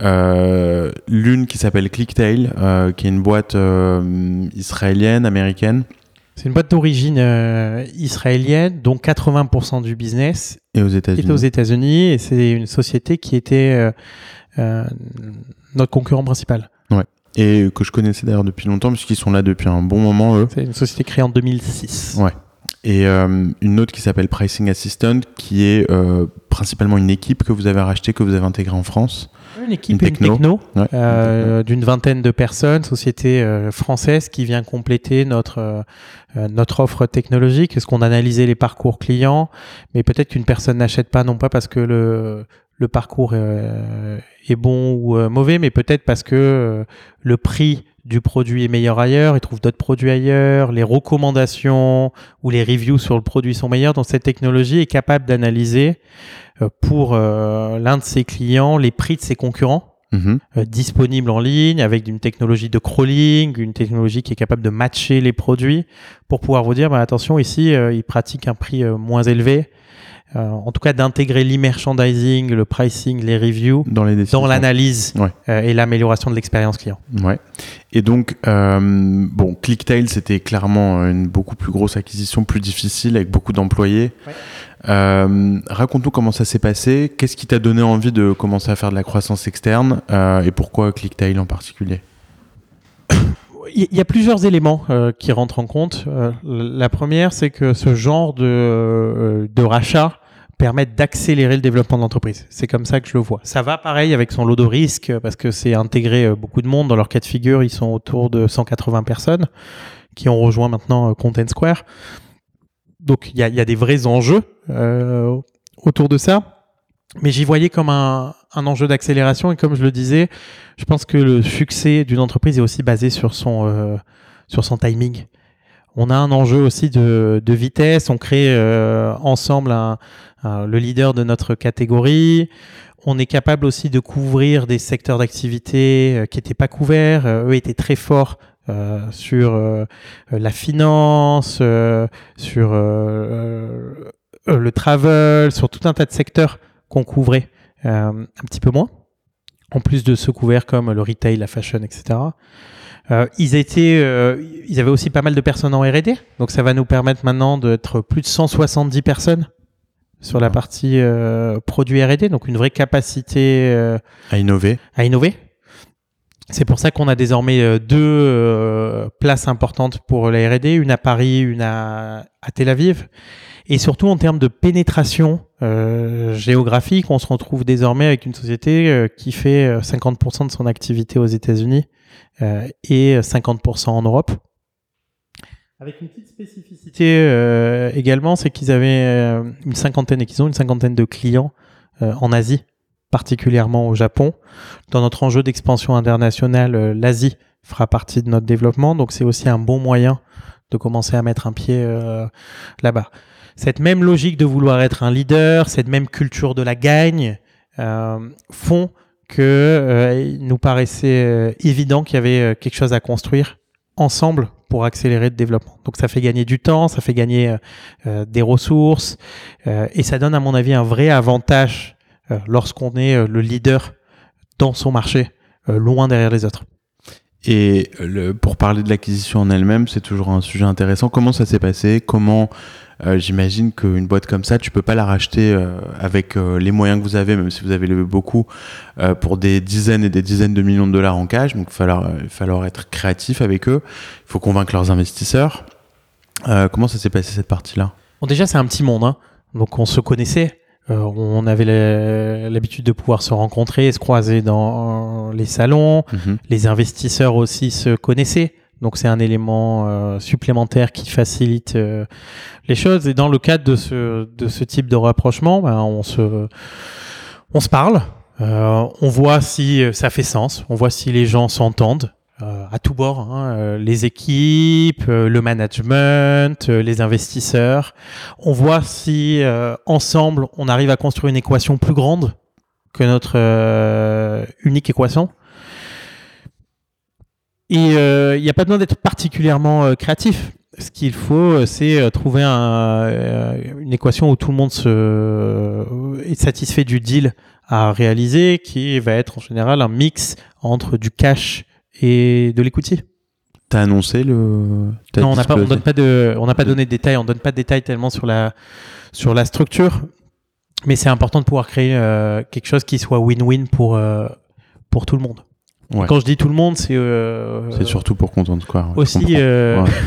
[SPEAKER 1] Euh, l'une qui s'appelle Clicktail, euh, qui est une boîte euh, israélienne, américaine.
[SPEAKER 2] C'est une boîte d'origine euh, israélienne, dont quatre-vingts pour cent du business
[SPEAKER 1] et aux États-Unis.
[SPEAKER 2] est aux États-Unis. Et c'est une société qui était euh, euh, notre concurrent principal.
[SPEAKER 1] Ouais. Et que je connaissais d'ailleurs depuis longtemps, puisqu'ils sont là depuis un bon moment, eux.
[SPEAKER 2] C'est une société créée en deux mille six.
[SPEAKER 1] Ouais. Et euh, une autre qui s'appelle Pricing Assistant, qui est euh, principalement une équipe que vous avez rachetée, que vous avez intégrée en France.
[SPEAKER 2] Une équipe, une techno, une techno,
[SPEAKER 1] ouais,
[SPEAKER 2] euh,
[SPEAKER 1] une techno.
[SPEAKER 2] d'une vingtaine de personnes, société euh, française qui vient compléter notre, euh, notre offre technologique. Est-ce qu'on analysait les parcours clients, mais peut-être qu'une personne n'achète pas, non pas parce que le, le parcours euh, est bon ou euh, mauvais, mais peut-être parce que euh, le prix du produit est meilleur ailleurs, il trouve d'autres produits ailleurs, les recommandations ou les reviews sur le produit sont meilleures. Donc cette technologie est capable d'analyser euh, pour euh, l'un de ses clients les prix de ses concurrents mmh. euh, disponibles en ligne avec une technologie de crawling, une technologie qui est capable de matcher les produits pour pouvoir vous dire bah, attention ici euh, ils pratiquent un prix euh, moins élevé. Euh, en tout cas d'intégrer l'e-merchandising, le pricing, les reviews
[SPEAKER 1] dans, les
[SPEAKER 2] dans l'analyse
[SPEAKER 1] ouais.
[SPEAKER 2] euh, et l'amélioration de l'expérience client.
[SPEAKER 1] Ouais. Et donc, euh, bon, Clicktail, c'était clairement une beaucoup plus grosse acquisition, plus difficile, avec beaucoup d'employés. Ouais. Euh, raconte-nous comment ça s'est passé. Qu'est-ce qui t'a donné envie de commencer à faire de la croissance externe euh, et pourquoi Clicktail en particulier ?
[SPEAKER 2] Il y a plusieurs éléments euh, qui rentrent en compte. Euh, la première, c'est que ce genre de, euh, de rachat permet d'accélérer le développement de l'entreprise. C'est comme ça que je le vois. Ça va pareil avec son lot de risques parce que c'est intégrer beaucoup de monde. Dans leur cas de figure, ils sont autour de cent quatre-vingts personnes qui ont rejoint maintenant Content Square. Donc, il y a, y a des vrais enjeux euh, autour de ça. Mais j'y voyais comme un, un enjeu d'accélération et comme je le disais, je pense que le succès d'une entreprise est aussi basé sur son, euh, sur son timing. On a un enjeu aussi de, de vitesse, on crée euh, ensemble un, un, le leader de notre catégorie, on est capable aussi de couvrir des secteurs d'activité euh, qui n'étaient pas couverts, euh, eux étaient très forts euh, sur euh, la finance, euh, sur euh, euh, le travel, sur tout un tas de secteurs qu'on couvrait euh, un petit peu moins, en plus de ceux couverts comme le retail, la fashion, et cetera. Euh, ils étaient, euh, ils avaient aussi pas mal de personnes en R et D, donc ça va nous permettre maintenant d'être plus de cent soixante-dix personnes sur la partie euh, produit R et D, donc une vraie capacité euh,
[SPEAKER 1] à innover.
[SPEAKER 2] À innover. C'est pour ça qu'on a désormais euh, deux euh, places importantes pour la R et D, une à Paris, une à, à Tel Aviv. Et surtout en termes de pénétration euh, géographique, on se retrouve désormais avec une société euh, qui fait euh, cinquante pour cent de son activité aux États-Unis euh, et cinquante pour cent en Europe. Avec une petite spécificité euh, également, c'est qu'ils avaient euh, une cinquantaine et qu'ils ont une cinquantaine de clients euh, en Asie, particulièrement au Japon. Dans notre enjeu d'expansion internationale, euh, l'Asie fera partie de notre développement, donc c'est aussi un bon moyen de commencer à mettre un pied euh, là-bas. Cette même logique de vouloir être un leader, cette même culture de la gagne euh, font que euh, il nous paraissait euh, évident qu'il y avait euh, quelque chose à construire ensemble pour accélérer le développement. Donc ça fait gagner du temps, ça fait gagner euh, des ressources euh, et ça donne à mon avis un vrai avantage euh, lorsqu'on est euh, le leader dans son marché, euh, loin derrière les autres.
[SPEAKER 1] Et le, pour parler de l'acquisition en elle-même, c'est toujours un sujet intéressant. Comment ça s'est passé ? Comment euh, j'imagine qu'une boîte comme ça, tu peux pas la racheter euh, avec euh, les moyens que vous avez, même si vous avez levé beaucoup, euh, pour des dizaines et des dizaines de millions de dollars en cash. Donc il va falloir, euh, il va falloir être créatif avec eux. Il faut convaincre leurs investisseurs. Euh, comment ça s'est passé cette partie-là ?
[SPEAKER 2] Bon, déjà, c'est un petit monde, hein. Donc on se connaissait. Euh, on avait la, l'habitude de pouvoir se rencontrer, se croiser dans les salons. Mmh. Les investisseurs aussi se connaissaient. Donc c'est un élément euh, supplémentaire qui facilite euh, les choses. Et dans le cadre de ce, de ce type de rapprochement, ben, on, se, on se parle, euh, on voit si ça fait sens, on voit si les gens s'entendent. Euh, à tous bords, hein, euh, les équipes, euh, le management, euh, les investisseurs. On voit si euh, ensemble on arrive à construire une équation plus grande que notre euh, unique équation. Et il euh, n'y a pas besoin d'être particulièrement euh, créatif. Ce qu'il faut, c'est euh, trouver un, euh, une équation où tout le monde se, euh, est satisfait du deal à réaliser, qui va être en général un mix entre du cash et de l'equity.
[SPEAKER 1] T'as annoncé le... T'as
[SPEAKER 2] non, on n'a pas, on donne pas de, on n'a pas donné de détails, on donne pas de détails tellement sur la, sur la structure, mais c'est important de pouvoir créer euh, quelque chose qui soit win-win pour, euh, pour tout le monde. Ouais. Quand je dis tout le monde, c'est... Euh,
[SPEAKER 1] c'est surtout pour Content Square. Ouais,
[SPEAKER 2] aussi, euh, ouais.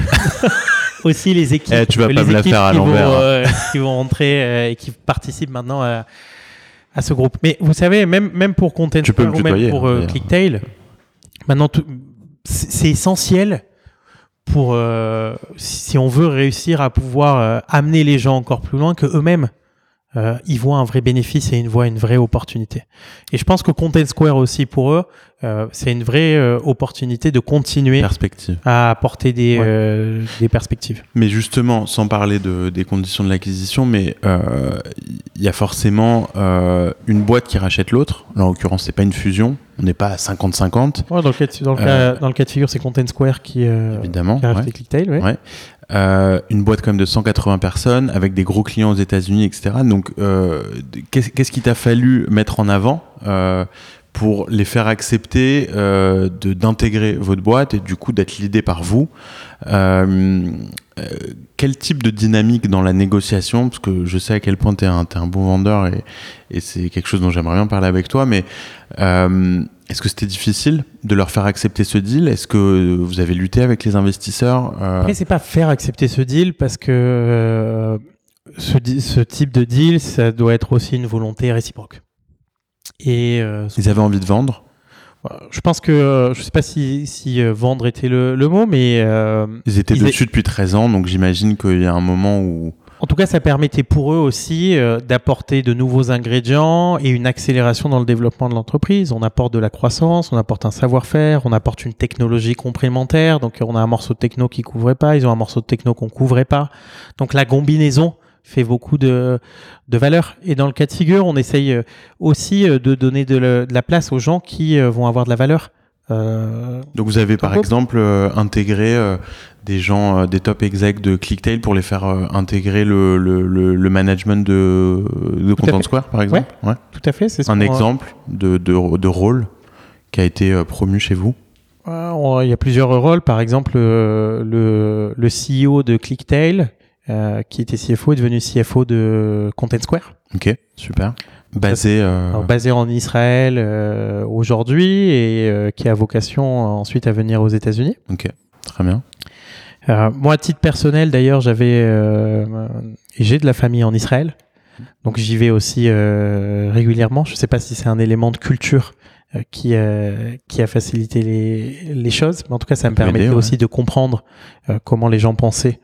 [SPEAKER 2] aussi les équipes,
[SPEAKER 1] eh, tu vas
[SPEAKER 2] les
[SPEAKER 1] pas me la faire à
[SPEAKER 2] qui,
[SPEAKER 1] l'envers,
[SPEAKER 2] vont,
[SPEAKER 1] hein.
[SPEAKER 2] euh, qui vont rentrer euh, et qui participent maintenant à, à ce groupe. Mais vous savez, même, même pour Content
[SPEAKER 1] tu
[SPEAKER 2] Square ou même pour euh,
[SPEAKER 1] hein,
[SPEAKER 2] Clicktail, maintenant, tout, c'est, c'est essentiel pour, euh, si on veut réussir à pouvoir euh, amener les gens encore plus loin, que eux-mêmes euh, ils voient un vrai bénéfice et ils voient une vraie opportunité. Et je pense que Content Square aussi, pour eux, euh, c'est une vraie euh, opportunité de continuer
[SPEAKER 1] Perspective.
[SPEAKER 2] à apporter des, ouais. euh, des perspectives.
[SPEAKER 1] Mais justement, sans parler de, des conditions de l'acquisition, mais il euh, y a forcément euh, une boîte qui rachète l'autre. Là, en l'occurrence, c'est pas une fusion. On n'est pas à cinquante cinquante.
[SPEAKER 2] Ouais, dans, le cas de, dans, le euh, cas, dans le cas de figure, c'est Content Square qui, euh,
[SPEAKER 1] évidemment,
[SPEAKER 2] qui a racheté
[SPEAKER 1] ouais.
[SPEAKER 2] Clicktail. Ouais.
[SPEAKER 1] Ouais. Euh, une boîte quand même de cent quatre-vingts personnes avec des gros clients aux États-Unis, et cetera. Donc, euh, qu'est-ce, qu'est-ce qu'il t'a fallu mettre en avant euh, pour les faire accepter euh, de, d'intégrer votre boîte et du coup d'être leadé par vous? euh, euh, Quel type de dynamique dans la négociation? Parce que je sais à quel point tu es un, t'es un bon vendeur et, et c'est quelque chose dont j'aimerais bien parler avec toi, mais euh, est-ce que c'était difficile de leur faire accepter ce deal? Est-ce que vous avez lutté avec les investisseurs? euh...
[SPEAKER 2] Après, c'est pas faire accepter ce deal parce que euh, ce, ce type de deal, ça doit être aussi une volonté réciproque. Et euh,
[SPEAKER 1] ils avaient envie de vendre?
[SPEAKER 2] Je pense que, euh, je sais pas si, si euh, vendre était le, le mot, mais... Euh,
[SPEAKER 1] ils étaient ils dessus est... depuis treize ans, donc j'imagine qu'il y a un moment où...
[SPEAKER 2] En tout cas, ça permettait pour eux aussi euh, d'apporter de nouveaux ingrédients et une accélération dans le développement de l'entreprise. On apporte de la croissance, on apporte un savoir-faire, on apporte une technologie complémentaire. Donc, on a un morceau de techno qui couvrait pas, ils ont un morceau de techno qu'on couvrait pas. Donc, la combinaison fait beaucoup de, de valeur. Et dans le cas de figure, on essaye aussi de donner de, le, de la place aux gens qui vont avoir de la valeur. Euh,
[SPEAKER 1] Donc vous avez par exemple euh, intégré euh, des gens, euh, des top execs de Clicktail pour les faire euh, intégrer le, le, le, le management de, de Content Square par exemple?
[SPEAKER 2] Ouais, ouais. Tout à fait. C'est ce
[SPEAKER 1] un exemple de, de, de rôle qui a été euh, promu chez vous?
[SPEAKER 2] euh, Il y a plusieurs rôles. Par exemple, euh, le, le C E O de Clicktail, euh, qui était C F O, est devenu C F O de Content Square.
[SPEAKER 1] Ok, super. Basé, euh...
[SPEAKER 2] Alors, basé en Israël euh, aujourd'hui et euh, qui a vocation euh, ensuite à venir aux États-Unis.
[SPEAKER 1] Ok, très bien.
[SPEAKER 2] Euh, moi, à titre personnel, d'ailleurs, j'avais euh, j'ai de la famille en Israël, donc j'y vais aussi euh, régulièrement. Je ne sais pas si c'est un élément de culture euh, qui euh, qui a facilité les les choses, mais en tout cas, ça me permettait ouais. aussi de comprendre euh, comment les gens pensaient.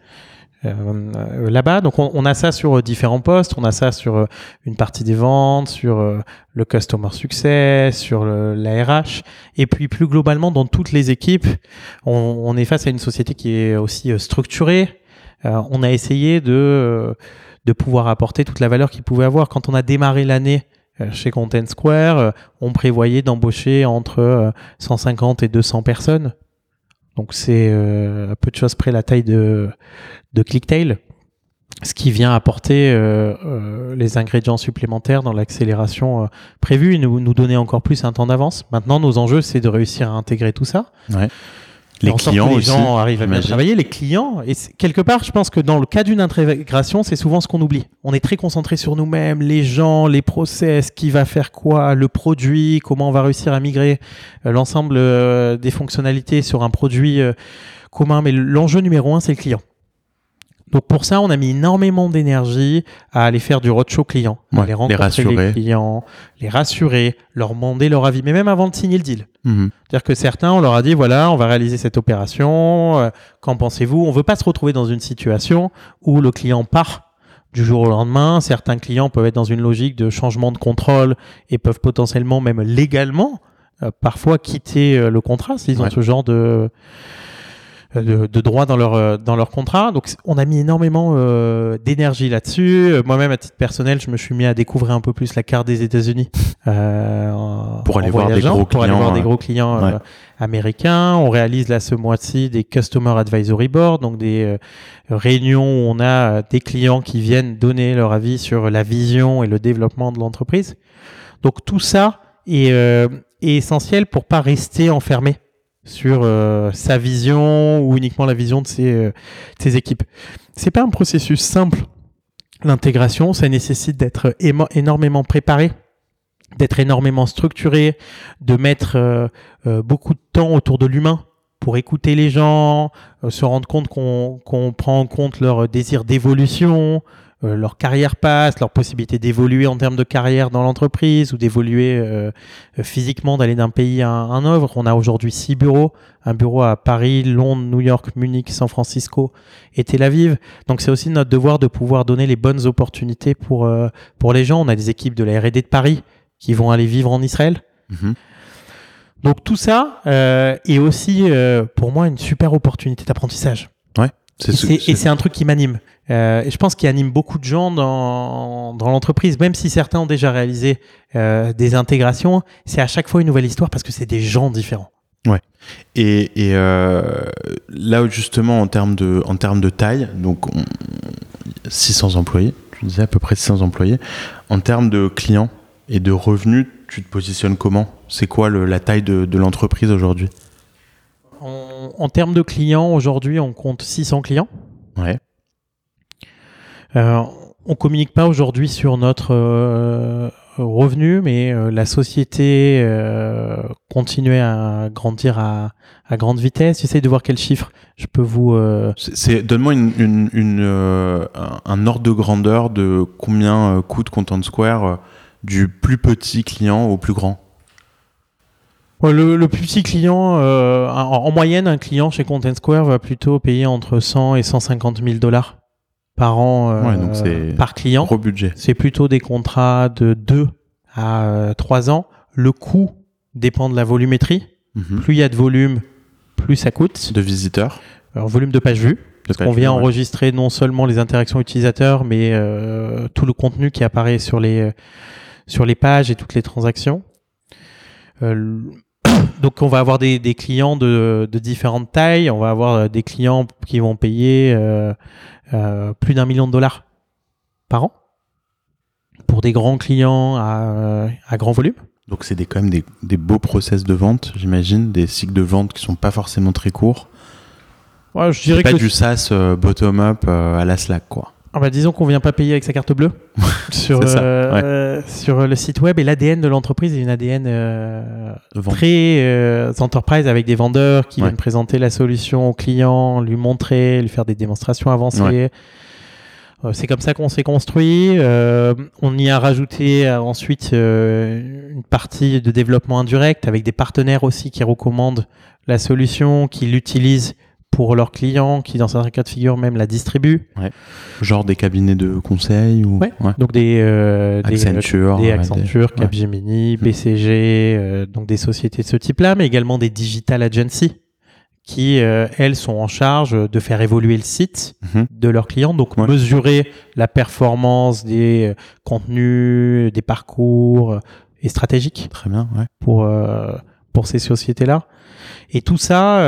[SPEAKER 2] Euh, là-bas, donc on, on a ça sur différents postes, on a ça sur euh, une partie des ventes, sur euh, le customer success, sur le, la R H, et puis plus globalement dans toutes les équipes, on, on est face à une société qui est aussi euh, structurée. Euh, on a essayé de euh, de pouvoir apporter toute la valeur qu'il pouvait avoir. Quand on a démarré l'année euh, chez Content Square, euh, on prévoyait d'embaucher entre euh, cent cinquante et deux cents personnes. Donc c'est euh, à peu de choses près la taille de, de Clicktail, ce qui vient apporter euh, euh, les ingrédients supplémentaires dans l'accélération euh, prévue et nous, nous donner encore plus un temps d'avance. Maintenant, nos enjeux, c'est de réussir à intégrer tout ça.
[SPEAKER 1] Ouais. Les clients
[SPEAKER 2] les
[SPEAKER 1] aussi.
[SPEAKER 2] Les gens arrivent à bien travailler, les clients. Et quelque part, je pense que dans le cas d'une intégration, c'est souvent ce qu'on oublie. On est très concentré sur nous-mêmes, les gens, les process, qui va faire quoi, le produit, comment on va réussir à migrer euh, l'ensemble euh, des fonctionnalités sur un produit euh, commun. Mais l'enjeu numéro un, c'est le client. Donc pour ça, on a mis énormément d'énergie à aller faire du roadshow client,
[SPEAKER 1] Ouais,
[SPEAKER 2] à les rencontrer
[SPEAKER 1] les rassurer.
[SPEAKER 2] les clients, les rassurer, leur demander leur avis, mais même avant de signer le deal.
[SPEAKER 1] Mhm.
[SPEAKER 2] C'est-à-dire que certains, on leur a dit, voilà, on va réaliser cette opération, euh, qu'en pensez-vous? On ne veut pas se retrouver dans une situation où le client part du jour au lendemain. Certains clients peuvent être dans une logique de changement de contrôle et peuvent potentiellement, même légalement, euh, parfois quitter euh, le contrat s'ils ont
[SPEAKER 1] Ouais.
[SPEAKER 2] ce genre de... De, de droits dans leur, dans leur contrat. Donc, on a mis énormément euh, d'énergie là-dessus. Euh, Moi-même, à titre personnel, je me suis mis à découvrir un peu plus la carte des États-Unis. Euh, en-
[SPEAKER 1] Pour aller
[SPEAKER 2] en
[SPEAKER 1] voir des
[SPEAKER 2] voyageant,
[SPEAKER 1] gros
[SPEAKER 2] pour aller
[SPEAKER 1] clients,
[SPEAKER 2] voir des
[SPEAKER 1] euh,
[SPEAKER 2] gros clients euh,
[SPEAKER 1] ouais.
[SPEAKER 2] américains. On réalise là ce mois-ci des Customer Advisory Board, donc des euh, réunions où on a euh, des clients qui viennent donner leur avis sur la vision et le développement de l'entreprise. Donc, tout ça est, euh, est essentiel pour pas rester enfermé sur euh, sa vision ou uniquement la vision de ses, euh, de ses équipes. C'est pas un processus simple. L'intégration, ça nécessite d'être émo- énormément préparé, d'être énormément structuré, de mettre euh, euh, beaucoup de temps autour de l'humain pour écouter les gens, euh, se rendre compte qu'on, qu'on prend en compte leur désir d'évolution, euh, leur carrière passe, leur possibilité d'évoluer en termes de carrière dans l'entreprise ou d'évoluer euh, physiquement, d'aller d'un pays à un, un autre. On a aujourd'hui six bureaux, un bureau à Paris, Londres, New York, Munich, San Francisco et Tel Aviv. Donc c'est aussi notre devoir de pouvoir donner les bonnes opportunités pour, euh, pour les gens. On a des équipes de la R et D de Paris qui vont aller vivre en Israël.
[SPEAKER 1] Mhm.
[SPEAKER 2] Donc tout ça euh, est aussi euh, pour moi une super opportunité d'apprentissage.
[SPEAKER 1] C'est
[SPEAKER 2] Et
[SPEAKER 1] ce-
[SPEAKER 2] c'est,
[SPEAKER 1] c'est-
[SPEAKER 2] et c'est un truc qui m'anime. Euh, et je pense qu'il anime beaucoup de gens dans, dans l'entreprise, même si certains ont déjà réalisé euh, des intégrations. C'est à chaque fois une nouvelle histoire parce que c'est des gens différents.
[SPEAKER 1] Et, et euh, là, où justement, en termes de, en termes de taille, donc on- six cents employés, tu disais à peu près six cents employés. En termes de clients et de revenus, tu te positionnes comment? C'est quoi le, la taille de, de l'entreprise aujourd'hui?
[SPEAKER 2] En, en termes de clients, aujourd'hui, on compte six cents clients.
[SPEAKER 1] Ouais.
[SPEAKER 2] Euh, on communique pas aujourd'hui sur notre euh, revenu, mais euh, la société euh, continue à grandir à, à grande vitesse. J'essaie de voir quel chiffre je peux vous... euh,
[SPEAKER 1] C'est, c'est- donne-moi une, une, une, euh, un, un ordre de grandeur de combien euh, coûte Content Square euh, du plus petit client au plus grand.
[SPEAKER 2] Ouais, Le, le plus petit client, euh, en, en moyenne, un client chez Content Square va plutôt payer entre cent et cent cinquante mille dollars par an euh,
[SPEAKER 1] Ouais, donc c'est
[SPEAKER 2] par client.
[SPEAKER 1] Gros budget.
[SPEAKER 2] C'est plutôt des contrats de deux à trois ans. Le coût dépend de la volumétrie.
[SPEAKER 1] Mhm.
[SPEAKER 2] Plus il y a de volume, plus ça coûte.
[SPEAKER 1] De visiteurs.
[SPEAKER 2] Alors, volume de pages vues. Parce qu'on vient
[SPEAKER 1] Ouais.
[SPEAKER 2] enregistrer non seulement les interactions utilisateurs, mais euh, tout le contenu qui apparaît sur les, sur les pages et toutes les transactions. Euh, donc, on va avoir des, des clients de, de différentes tailles. On va avoir des clients qui vont payer euh, euh, plus d'un million de dollars par an pour des grands clients à, à grand volume.
[SPEAKER 1] Donc c'est des, quand même des, des beaux process de vente, j'imagine, des cycles de vente qui sont pas forcément très courts.
[SPEAKER 2] Ouais, je dirais
[SPEAKER 1] C'est pas
[SPEAKER 2] que
[SPEAKER 1] du SaaS euh, bottom-up euh, à la Slack, quoi.
[SPEAKER 2] Ah bah, disons qu'on vient pas payer avec sa carte bleue sur,
[SPEAKER 1] C'est ça,
[SPEAKER 2] euh, sur le site web, et l'A D N de l'entreprise est une A D N euh,
[SPEAKER 1] De vente.
[SPEAKER 2] très euh, enterprise, avec des vendeurs qui
[SPEAKER 1] Ouais.
[SPEAKER 2] viennent présenter la solution au client, lui montrer, lui faire des démonstrations avancées.
[SPEAKER 1] Ouais.
[SPEAKER 2] Euh, c'est comme ça qu'on s'est construit. Euh, on y a rajouté euh, ensuite euh, une partie de développement indirect avec des partenaires aussi qui recommandent la solution, qui l'utilisent pour leurs clients, qui dans certains cas de figure même la distribuent.
[SPEAKER 1] Genre des cabinets de conseil ou
[SPEAKER 2] Ouais. Donc des, euh, des,
[SPEAKER 1] Accenture,
[SPEAKER 2] des
[SPEAKER 1] ouais,
[SPEAKER 2] Accenture,
[SPEAKER 1] des-
[SPEAKER 2] Capgemini,
[SPEAKER 1] Mm.
[SPEAKER 2] B C G, euh, donc des sociétés de ce type-là, mais également des digital agencies qui, euh, elles, sont en charge de faire évoluer le site
[SPEAKER 1] Mhm.
[SPEAKER 2] de leurs clients, donc
[SPEAKER 1] Ouais.
[SPEAKER 2] mesurer la performance des euh, contenus, des parcours euh, et stratégiques
[SPEAKER 1] Très bien, ouais.
[SPEAKER 2] pour, euh, pour ces sociétés-là. Et tout ça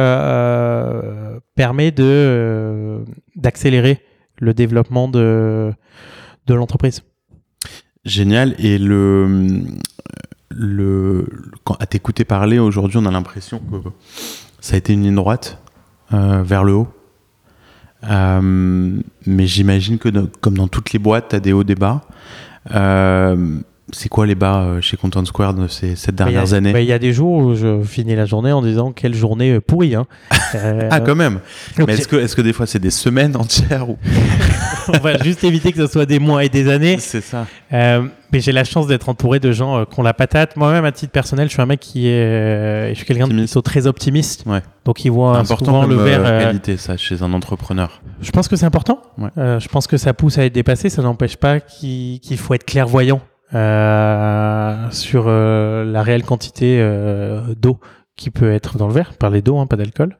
[SPEAKER 2] euh, permet de, euh, d'accélérer le développement de, de l'entreprise.
[SPEAKER 1] Génial. Et le, le, quand, à t'écouter parler aujourd'hui, on a l'impression que ça a été une ligne droite euh, vers le haut. Euh, mais j'imagine que dans- comme dans toutes les boîtes, tu as des hauts, des bas. Euh, c'est quoi les bas euh, chez Content Square de ces sept dernières
[SPEAKER 2] bah, y a,
[SPEAKER 1] années?
[SPEAKER 2] Il bah, y a des jours où je finis la journée en disant quelle journée pourrie. Hein.
[SPEAKER 1] euh, ah, quand même. Okay. Mais est-ce que, est-ce que des fois c'est des semaines entières ou...
[SPEAKER 2] On va juste éviter que ce soit des mois et des années.
[SPEAKER 1] C'est ça.
[SPEAKER 2] Euh, mais j'ai la chance d'être entouré de gens euh, qui ont la patate. Moi-même, à titre personnel, je suis un mec qui est, euh, je suis quelqu'un de plutôt très optimiste.
[SPEAKER 1] Ouais.
[SPEAKER 2] Donc, il voit
[SPEAKER 1] important
[SPEAKER 2] souvent
[SPEAKER 1] comme
[SPEAKER 2] le verre.
[SPEAKER 1] Euh, qualité, ça, chez un entrepreneur.
[SPEAKER 2] Je pense que c'est important.
[SPEAKER 1] Ouais.
[SPEAKER 2] Euh, je pense que ça pousse à être dépassé. Ça n'empêche pas qu'il, qu'il faut être clairvoyant euh, sur euh, la réelle quantité euh, d'eau qui peut être dans le verre. Parler d'eau, hein, pas d'alcool.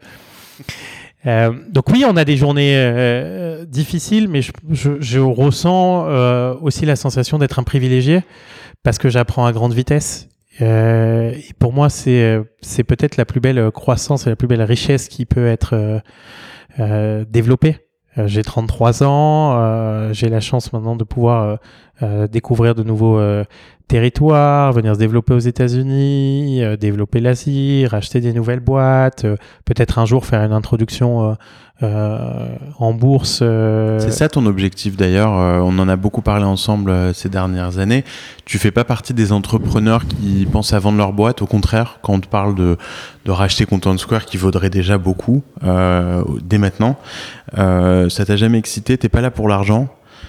[SPEAKER 2] Euh, donc oui, on a des journées euh, difficiles, mais je, je, je ressens euh, aussi la sensation d'être un privilégié parce que j'apprends à grande vitesse. Euh, et pour moi, c'est, c'est peut-être la plus belle croissance et la plus belle richesse qui peut être euh, euh, développée. Euh, j'ai trente-trois ans, euh, j'ai la chance maintenant de pouvoir euh, euh, découvrir de nouveaux euh, territoires, venir se développer aux États-Unis, euh, développer l'Asie, racheter des nouvelles boîtes, euh, peut-être un jour faire une introduction euh, euh, en bourse. Euh...
[SPEAKER 1] C'est ça ton objectif d'ailleurs, euh, on en a beaucoup parlé ensemble euh, ces dernières années. Tu fais pas partie des entrepreneurs qui pensent à vendre leur boîte, au contraire, quand on te parle de, de racheter Content Square qui vaudrait déjà beaucoup euh, dès maintenant, euh, ça t'a jamais excité, t'es pas là pour l'argent.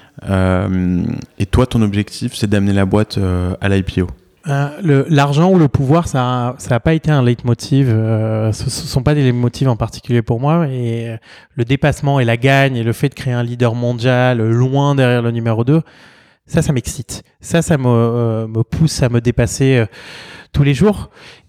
[SPEAKER 1] Euh, et toi, ton objectif, c'est d'amener la boîte euh, à l'I P O.
[SPEAKER 2] Euh, le, l'argent ou le pouvoir, ça ça a pas été un leitmotiv. Euh, ce, ce sont pas des leitmotivs en particulier pour moi. Et euh, le dépassement et la gagne et le fait de créer un leader mondial loin derrière le numéro deux, ça, ça m'excite. Ça, ça me, euh, me pousse à me dépasser euh, tous les jours.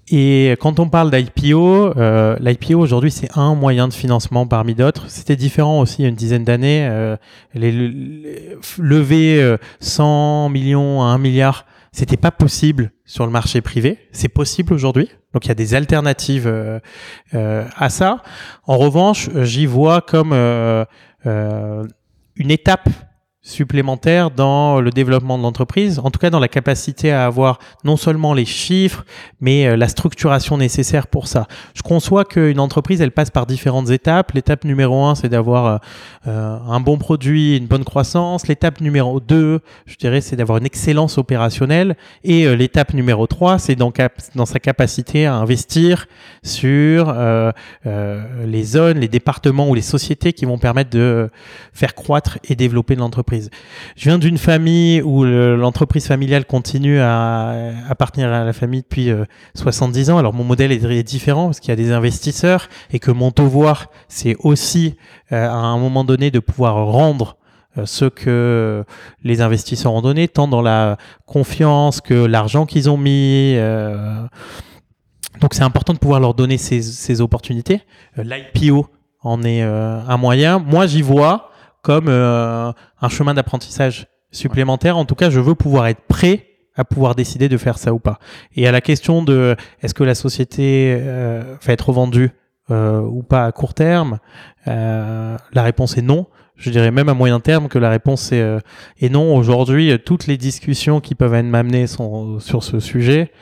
[SPEAKER 2] Et quand on parle d'I P O, euh, l'I P O aujourd'hui c'est un moyen de financement parmi d'autres. C'était différent aussi il y a une dizaine d'années. Euh, les, les, lever euh, cent millions à un milliard, c'était pas possible sur le marché privé. C'est possible aujourd'hui. Donc il y a des alternatives euh, euh, à ça. En revanche, j'y vois comme euh, euh, une étape supplémentaire dans le développement de l'entreprise, en tout cas dans la capacité à avoir non seulement les chiffres, mais euh, la structuration nécessaire pour ça. Je conçois qu'une entreprise, elle passe par différentes étapes. L'étape numéro un, c'est d'avoir euh, un bon produit, une bonne croissance. L'étape numéro deux, je dirais, c'est d'avoir une excellence opérationnelle. Et euh, l'étape numéro trois, c'est dans, cap- dans sa capacité à investir sur euh, euh, les zones, les départements ou les sociétés qui vont permettre de faire croître et développer l'entreprise. Je viens d'une famille où le, l'entreprise familiale continue à appartenir à la famille depuis euh, soixante-dix ans. Alors mon modèle est, est différent parce qu'il y a des investisseurs et que mon devoir, c'est aussi euh, à un moment donné de pouvoir rendre euh, ce que les investisseurs ont donné, tant dans la confiance que l'argent qu'ils ont mis. Euh... Donc c'est important de pouvoir leur donner ces, ces opportunités. Euh, L'I P O en est euh, un moyen. Moi, j'y vois comme euh, un chemin d'apprentissage supplémentaire. En tout cas, je veux pouvoir être prêt à pouvoir décider de faire ça ou pas. Et à la question de est-ce que la société euh, va être vendue euh, ou pas à court terme, euh, la réponse est non. Je dirais même à moyen terme que la réponse est, euh, est non. Aujourd'hui, toutes les discussions qui peuvent m'amener sont, sur ce sujet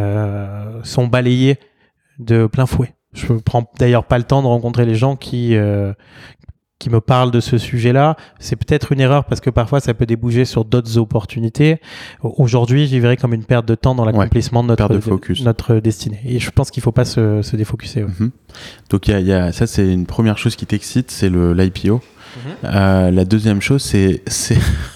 [SPEAKER 2] euh, sont balayées de plein fouet. Je ne prends d'ailleurs pas le temps de rencontrer les gens qui... Euh, qui me parle de ce sujet-là. C'est peut-être une erreur parce que parfois ça peut déboucher sur d'autres opportunités. Aujourd'hui, j'y verrais comme une perte de temps dans l'accomplissement ouais, de notre, de notre destinée. Et je pense qu'il ne faut pas se, se défocuser. Ouais.
[SPEAKER 1] Mm-hmm. Donc, y a, y a, ça, c'est une première chose qui t'excite, c'est le, l'I P O. Mm-hmm. Euh, la deuxième chose, c'est... c'est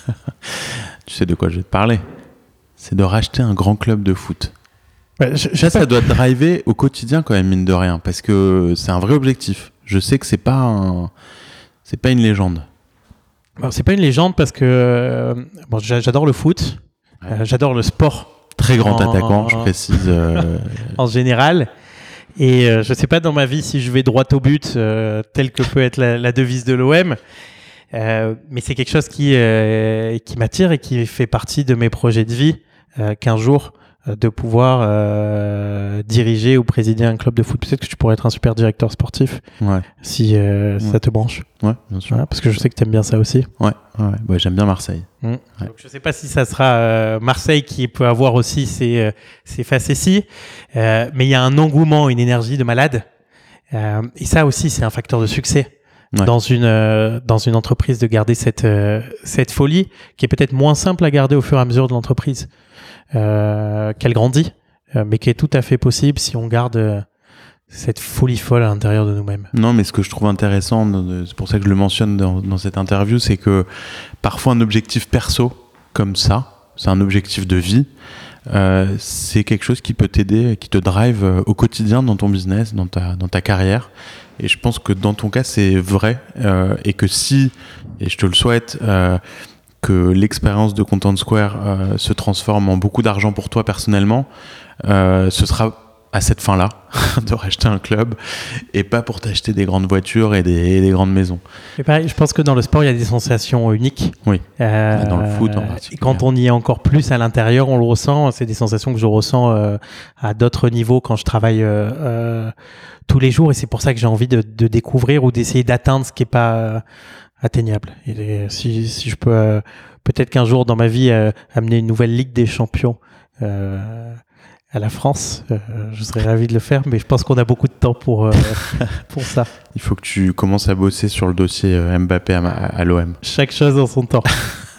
[SPEAKER 1] tu sais de quoi je vais te parler. C'est de racheter un grand club de foot. Ouais, je, ça, ça doit te driver au quotidien quand même, mine de rien, parce que c'est un vrai objectif. Je sais que c'est pas un... C'est pas une légende.
[SPEAKER 2] Alors, c'est pas une légende parce que euh, bon, j'adore le foot, ouais. euh, j'adore le sport.
[SPEAKER 1] Très grand en, attaquant, en, je précise. Euh...
[SPEAKER 2] en général. Et euh, je sais pas dans ma vie si je vais droit au but, euh, tel que peut être la, la devise de l'O M. Euh, mais c'est quelque chose qui, euh, qui m'attire et qui fait partie de mes projets de vie euh, qu'un jour de pouvoir euh, diriger ou présider un club de foot. Peut-être que tu pourrais être un super directeur sportif
[SPEAKER 1] ouais.
[SPEAKER 2] si euh, ouais. ça te branche.
[SPEAKER 1] Ouais, bien sûr.
[SPEAKER 2] Ouais, parce que je sais que tu aimes bien ça aussi.
[SPEAKER 1] Ouais, ouais, ouais j'aime bien Marseille.
[SPEAKER 2] Mmh. Ouais. Donc, je ne sais pas si ça sera euh, Marseille qui peut avoir aussi ses, euh, ses facéties, euh, mais il y a un engouement, une énergie de malade. Euh, et ça aussi, c'est un facteur de succès. Ouais. Dans une euh, dans une entreprise, de garder cette euh, cette folie qui est peut-être moins simple à garder au fur et à mesure de l'entreprise. euh, qu'elle grandit, euh, mais qui est tout à fait possible si on garde euh, cette folie folle à l'intérieur de nous-mêmes.
[SPEAKER 1] Non, mais ce que je trouve intéressant, c'est pour ça que je le mentionne dans, dans cette interview, c'est que parfois un objectif perso comme ça, c'est un objectif de vie, euh, c'est quelque chose qui peut t'aider, qui te drive au quotidien dans ton business, dans ta, dans ta carrière. Et je pense que dans ton cas, c'est vrai, euh, et que si, et je te le souhaite, euh, que l'expérience de Content Square euh, se transforme en beaucoup d'argent pour toi personnellement, euh, ce sera à cette fin-là, de racheter un club, et pas pour t'acheter des grandes voitures et des, et des grandes maisons.
[SPEAKER 2] Et pareil, je pense que dans le sport, il y a des sensations uniques.
[SPEAKER 1] Oui,
[SPEAKER 2] euh,
[SPEAKER 1] dans le foot en particulier.
[SPEAKER 2] Quand on y est encore plus à l'intérieur, on le ressent. C'est des sensations que je ressens euh, à d'autres niveaux quand je travaille euh, euh, tous les jours. Et c'est pour ça que j'ai envie de, de découvrir ou d'essayer d'atteindre ce qui n'est pas euh, atteignable. Et si, si je peux, euh, peut-être qu'un jour dans ma vie, euh, amener une nouvelle Ligue des Champions euh, à la France, euh, je serais ravi de le faire, mais je pense qu'on a beaucoup de temps pour, euh, pour ça.
[SPEAKER 1] Il faut que tu commences à bosser sur le dossier euh, Mbappé à, à l'O M.
[SPEAKER 2] Chaque chose en son temps.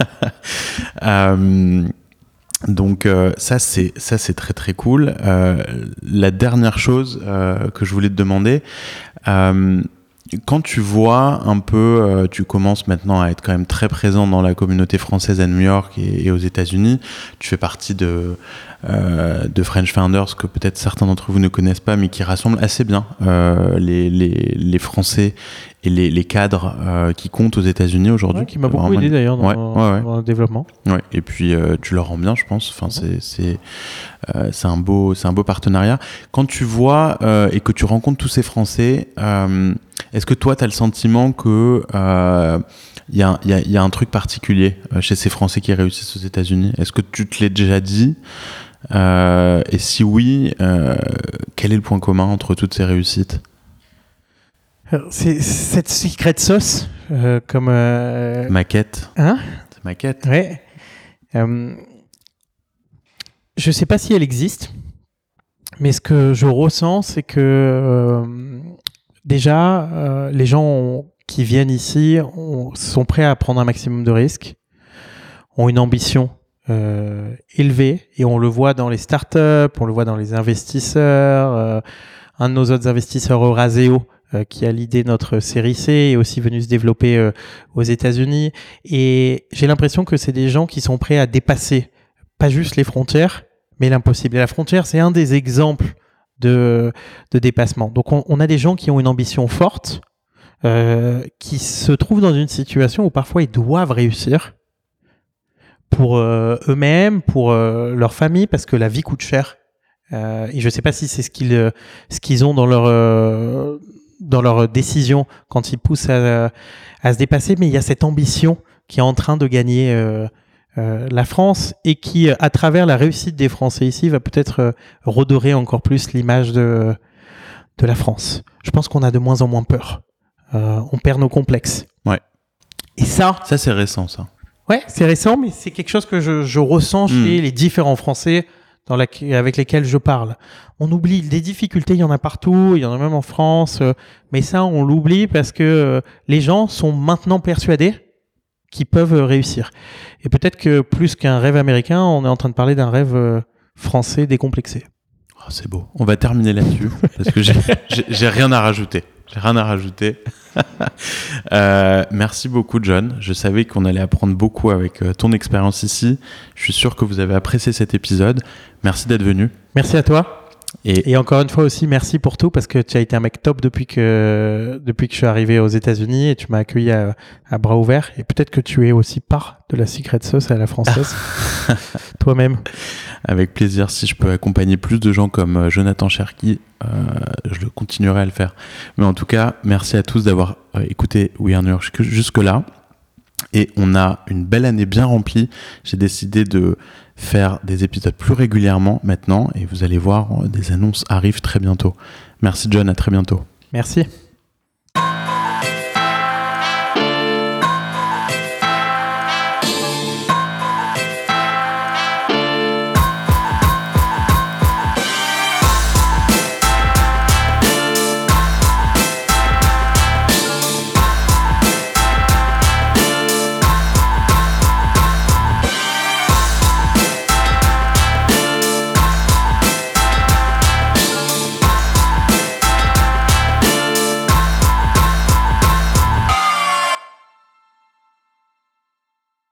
[SPEAKER 1] euh, donc euh, ça, c'est, ça, c'est très très cool. Euh, la dernière chose euh, que je voulais te demander, euh, quand tu vois un peu, euh, tu commences maintenant à être quand même très présent dans la communauté française à New York et, et aux États-Unis. Tu fais partie de, euh, de French Founders, que peut-être certains d'entre vous ne connaissent pas, mais qui rassemble assez bien euh, les, les, les Français et les, les cadres euh, qui comptent aux États-Unis aujourd'hui.
[SPEAKER 2] Ouais, qui m'a beaucoup aidé d'ailleurs dans,
[SPEAKER 1] ouais, ouais, ouais.
[SPEAKER 2] dans le développement.
[SPEAKER 1] Ouais. Et puis euh, tu leur rends bien, je pense. Enfin, c'est c'est euh, c'est un beau c'est un beau partenariat. Quand tu vois euh, et que tu rencontres tous ces Français, euh, est-ce que toi tu as le sentiment que euh, il y a il y a il y a un truc particulier chez ces Français qui réussissent aux États-Unis? Est-ce que tu te l'as déjà dit? Euh, et si oui, euh, quel est le point commun entre toutes ces réussites?
[SPEAKER 2] C'est cette secret sauce, euh, comme... Euh...
[SPEAKER 1] Maquette.
[SPEAKER 2] Hein?
[SPEAKER 1] C'est maquette.
[SPEAKER 2] Ouais. Euh... Je sais pas si elle existe, mais ce que je ressens, c'est que euh, déjà, euh, les gens ont, qui viennent ici ont, sont prêts à prendre un maximum de risques, ont une ambition euh, élevée, et on le voit dans les startups, on le voit dans les investisseurs. Euh, un de nos autres investisseurs, Euraseo, qui a l'idée de notre série C, est aussi venu se développer euh, aux États-Unis. Et j'ai l'impression que c'est des gens qui sont prêts à dépasser pas juste les frontières, mais l'impossible. Et la frontière, c'est un des exemples de, de dépassement. Donc on, on a des gens qui ont une ambition forte, euh, qui se trouvent dans une situation où parfois ils doivent réussir pour euh, eux-mêmes, pour euh, leur famille, parce que la vie coûte cher. Euh, et je ne sais pas si c'est ce qu'ils, euh, ce qu'ils ont dans leur... Euh, dans leurs décisions quand ils poussent à, à se dépasser, mais il y a cette ambition qui est en train de gagner euh, euh, la France et qui, à travers la réussite des Français ici, va peut-être euh, redorer encore plus l'image de, de la France. Je pense qu'on a de moins en moins peur. Euh, on perd nos complexes.
[SPEAKER 1] Ouais.
[SPEAKER 2] Et ça...
[SPEAKER 1] Ça, c'est récent, ça.
[SPEAKER 2] Ouais, c'est récent, mais c'est quelque chose que je, je ressens chez mmh. les différents Français dans la, avec lesquels je parle. On oublie des difficultés, il y en a partout, il y en a même en France, euh, mais ça, on l'oublie parce que euh, les gens sont maintenant persuadés qu'ils peuvent euh, réussir. Et peut-être que plus qu'un rêve américain, on est en train de parler d'un rêve euh, français décomplexé.
[SPEAKER 1] Oh, c'est beau. On va terminer là-dessus parce que j'ai, j'ai, j'ai rien à rajouter. J'ai rien à rajouter. euh, merci beaucoup, John. Je savais qu'on allait apprendre beaucoup avec euh, ton expérience ici. Je suis sûr que vous avez apprécié cet épisode. Merci d'être venu.
[SPEAKER 2] Merci à toi. Et, et encore une fois aussi, merci pour tout, parce que tu as été un mec top depuis que, depuis que je suis arrivé aux États-Unis et tu m'as accueilli à, à bras ouverts. Et peut-être que tu es aussi part de la secret sauce à la française, toi-même.
[SPEAKER 1] Avec plaisir. Si je peux accompagner plus de gens comme Jonathan Cherki, euh, je le continuerai à le faire. Mais en tout cas, merci à tous d'avoir euh, écouté We Are New York jusque-là. Et on a une belle année bien remplie. J'ai décidé de faire des épisodes plus régulièrement maintenant et vous allez voir, des annonces arrivent très bientôt. Merci John, à très bientôt.
[SPEAKER 2] Merci.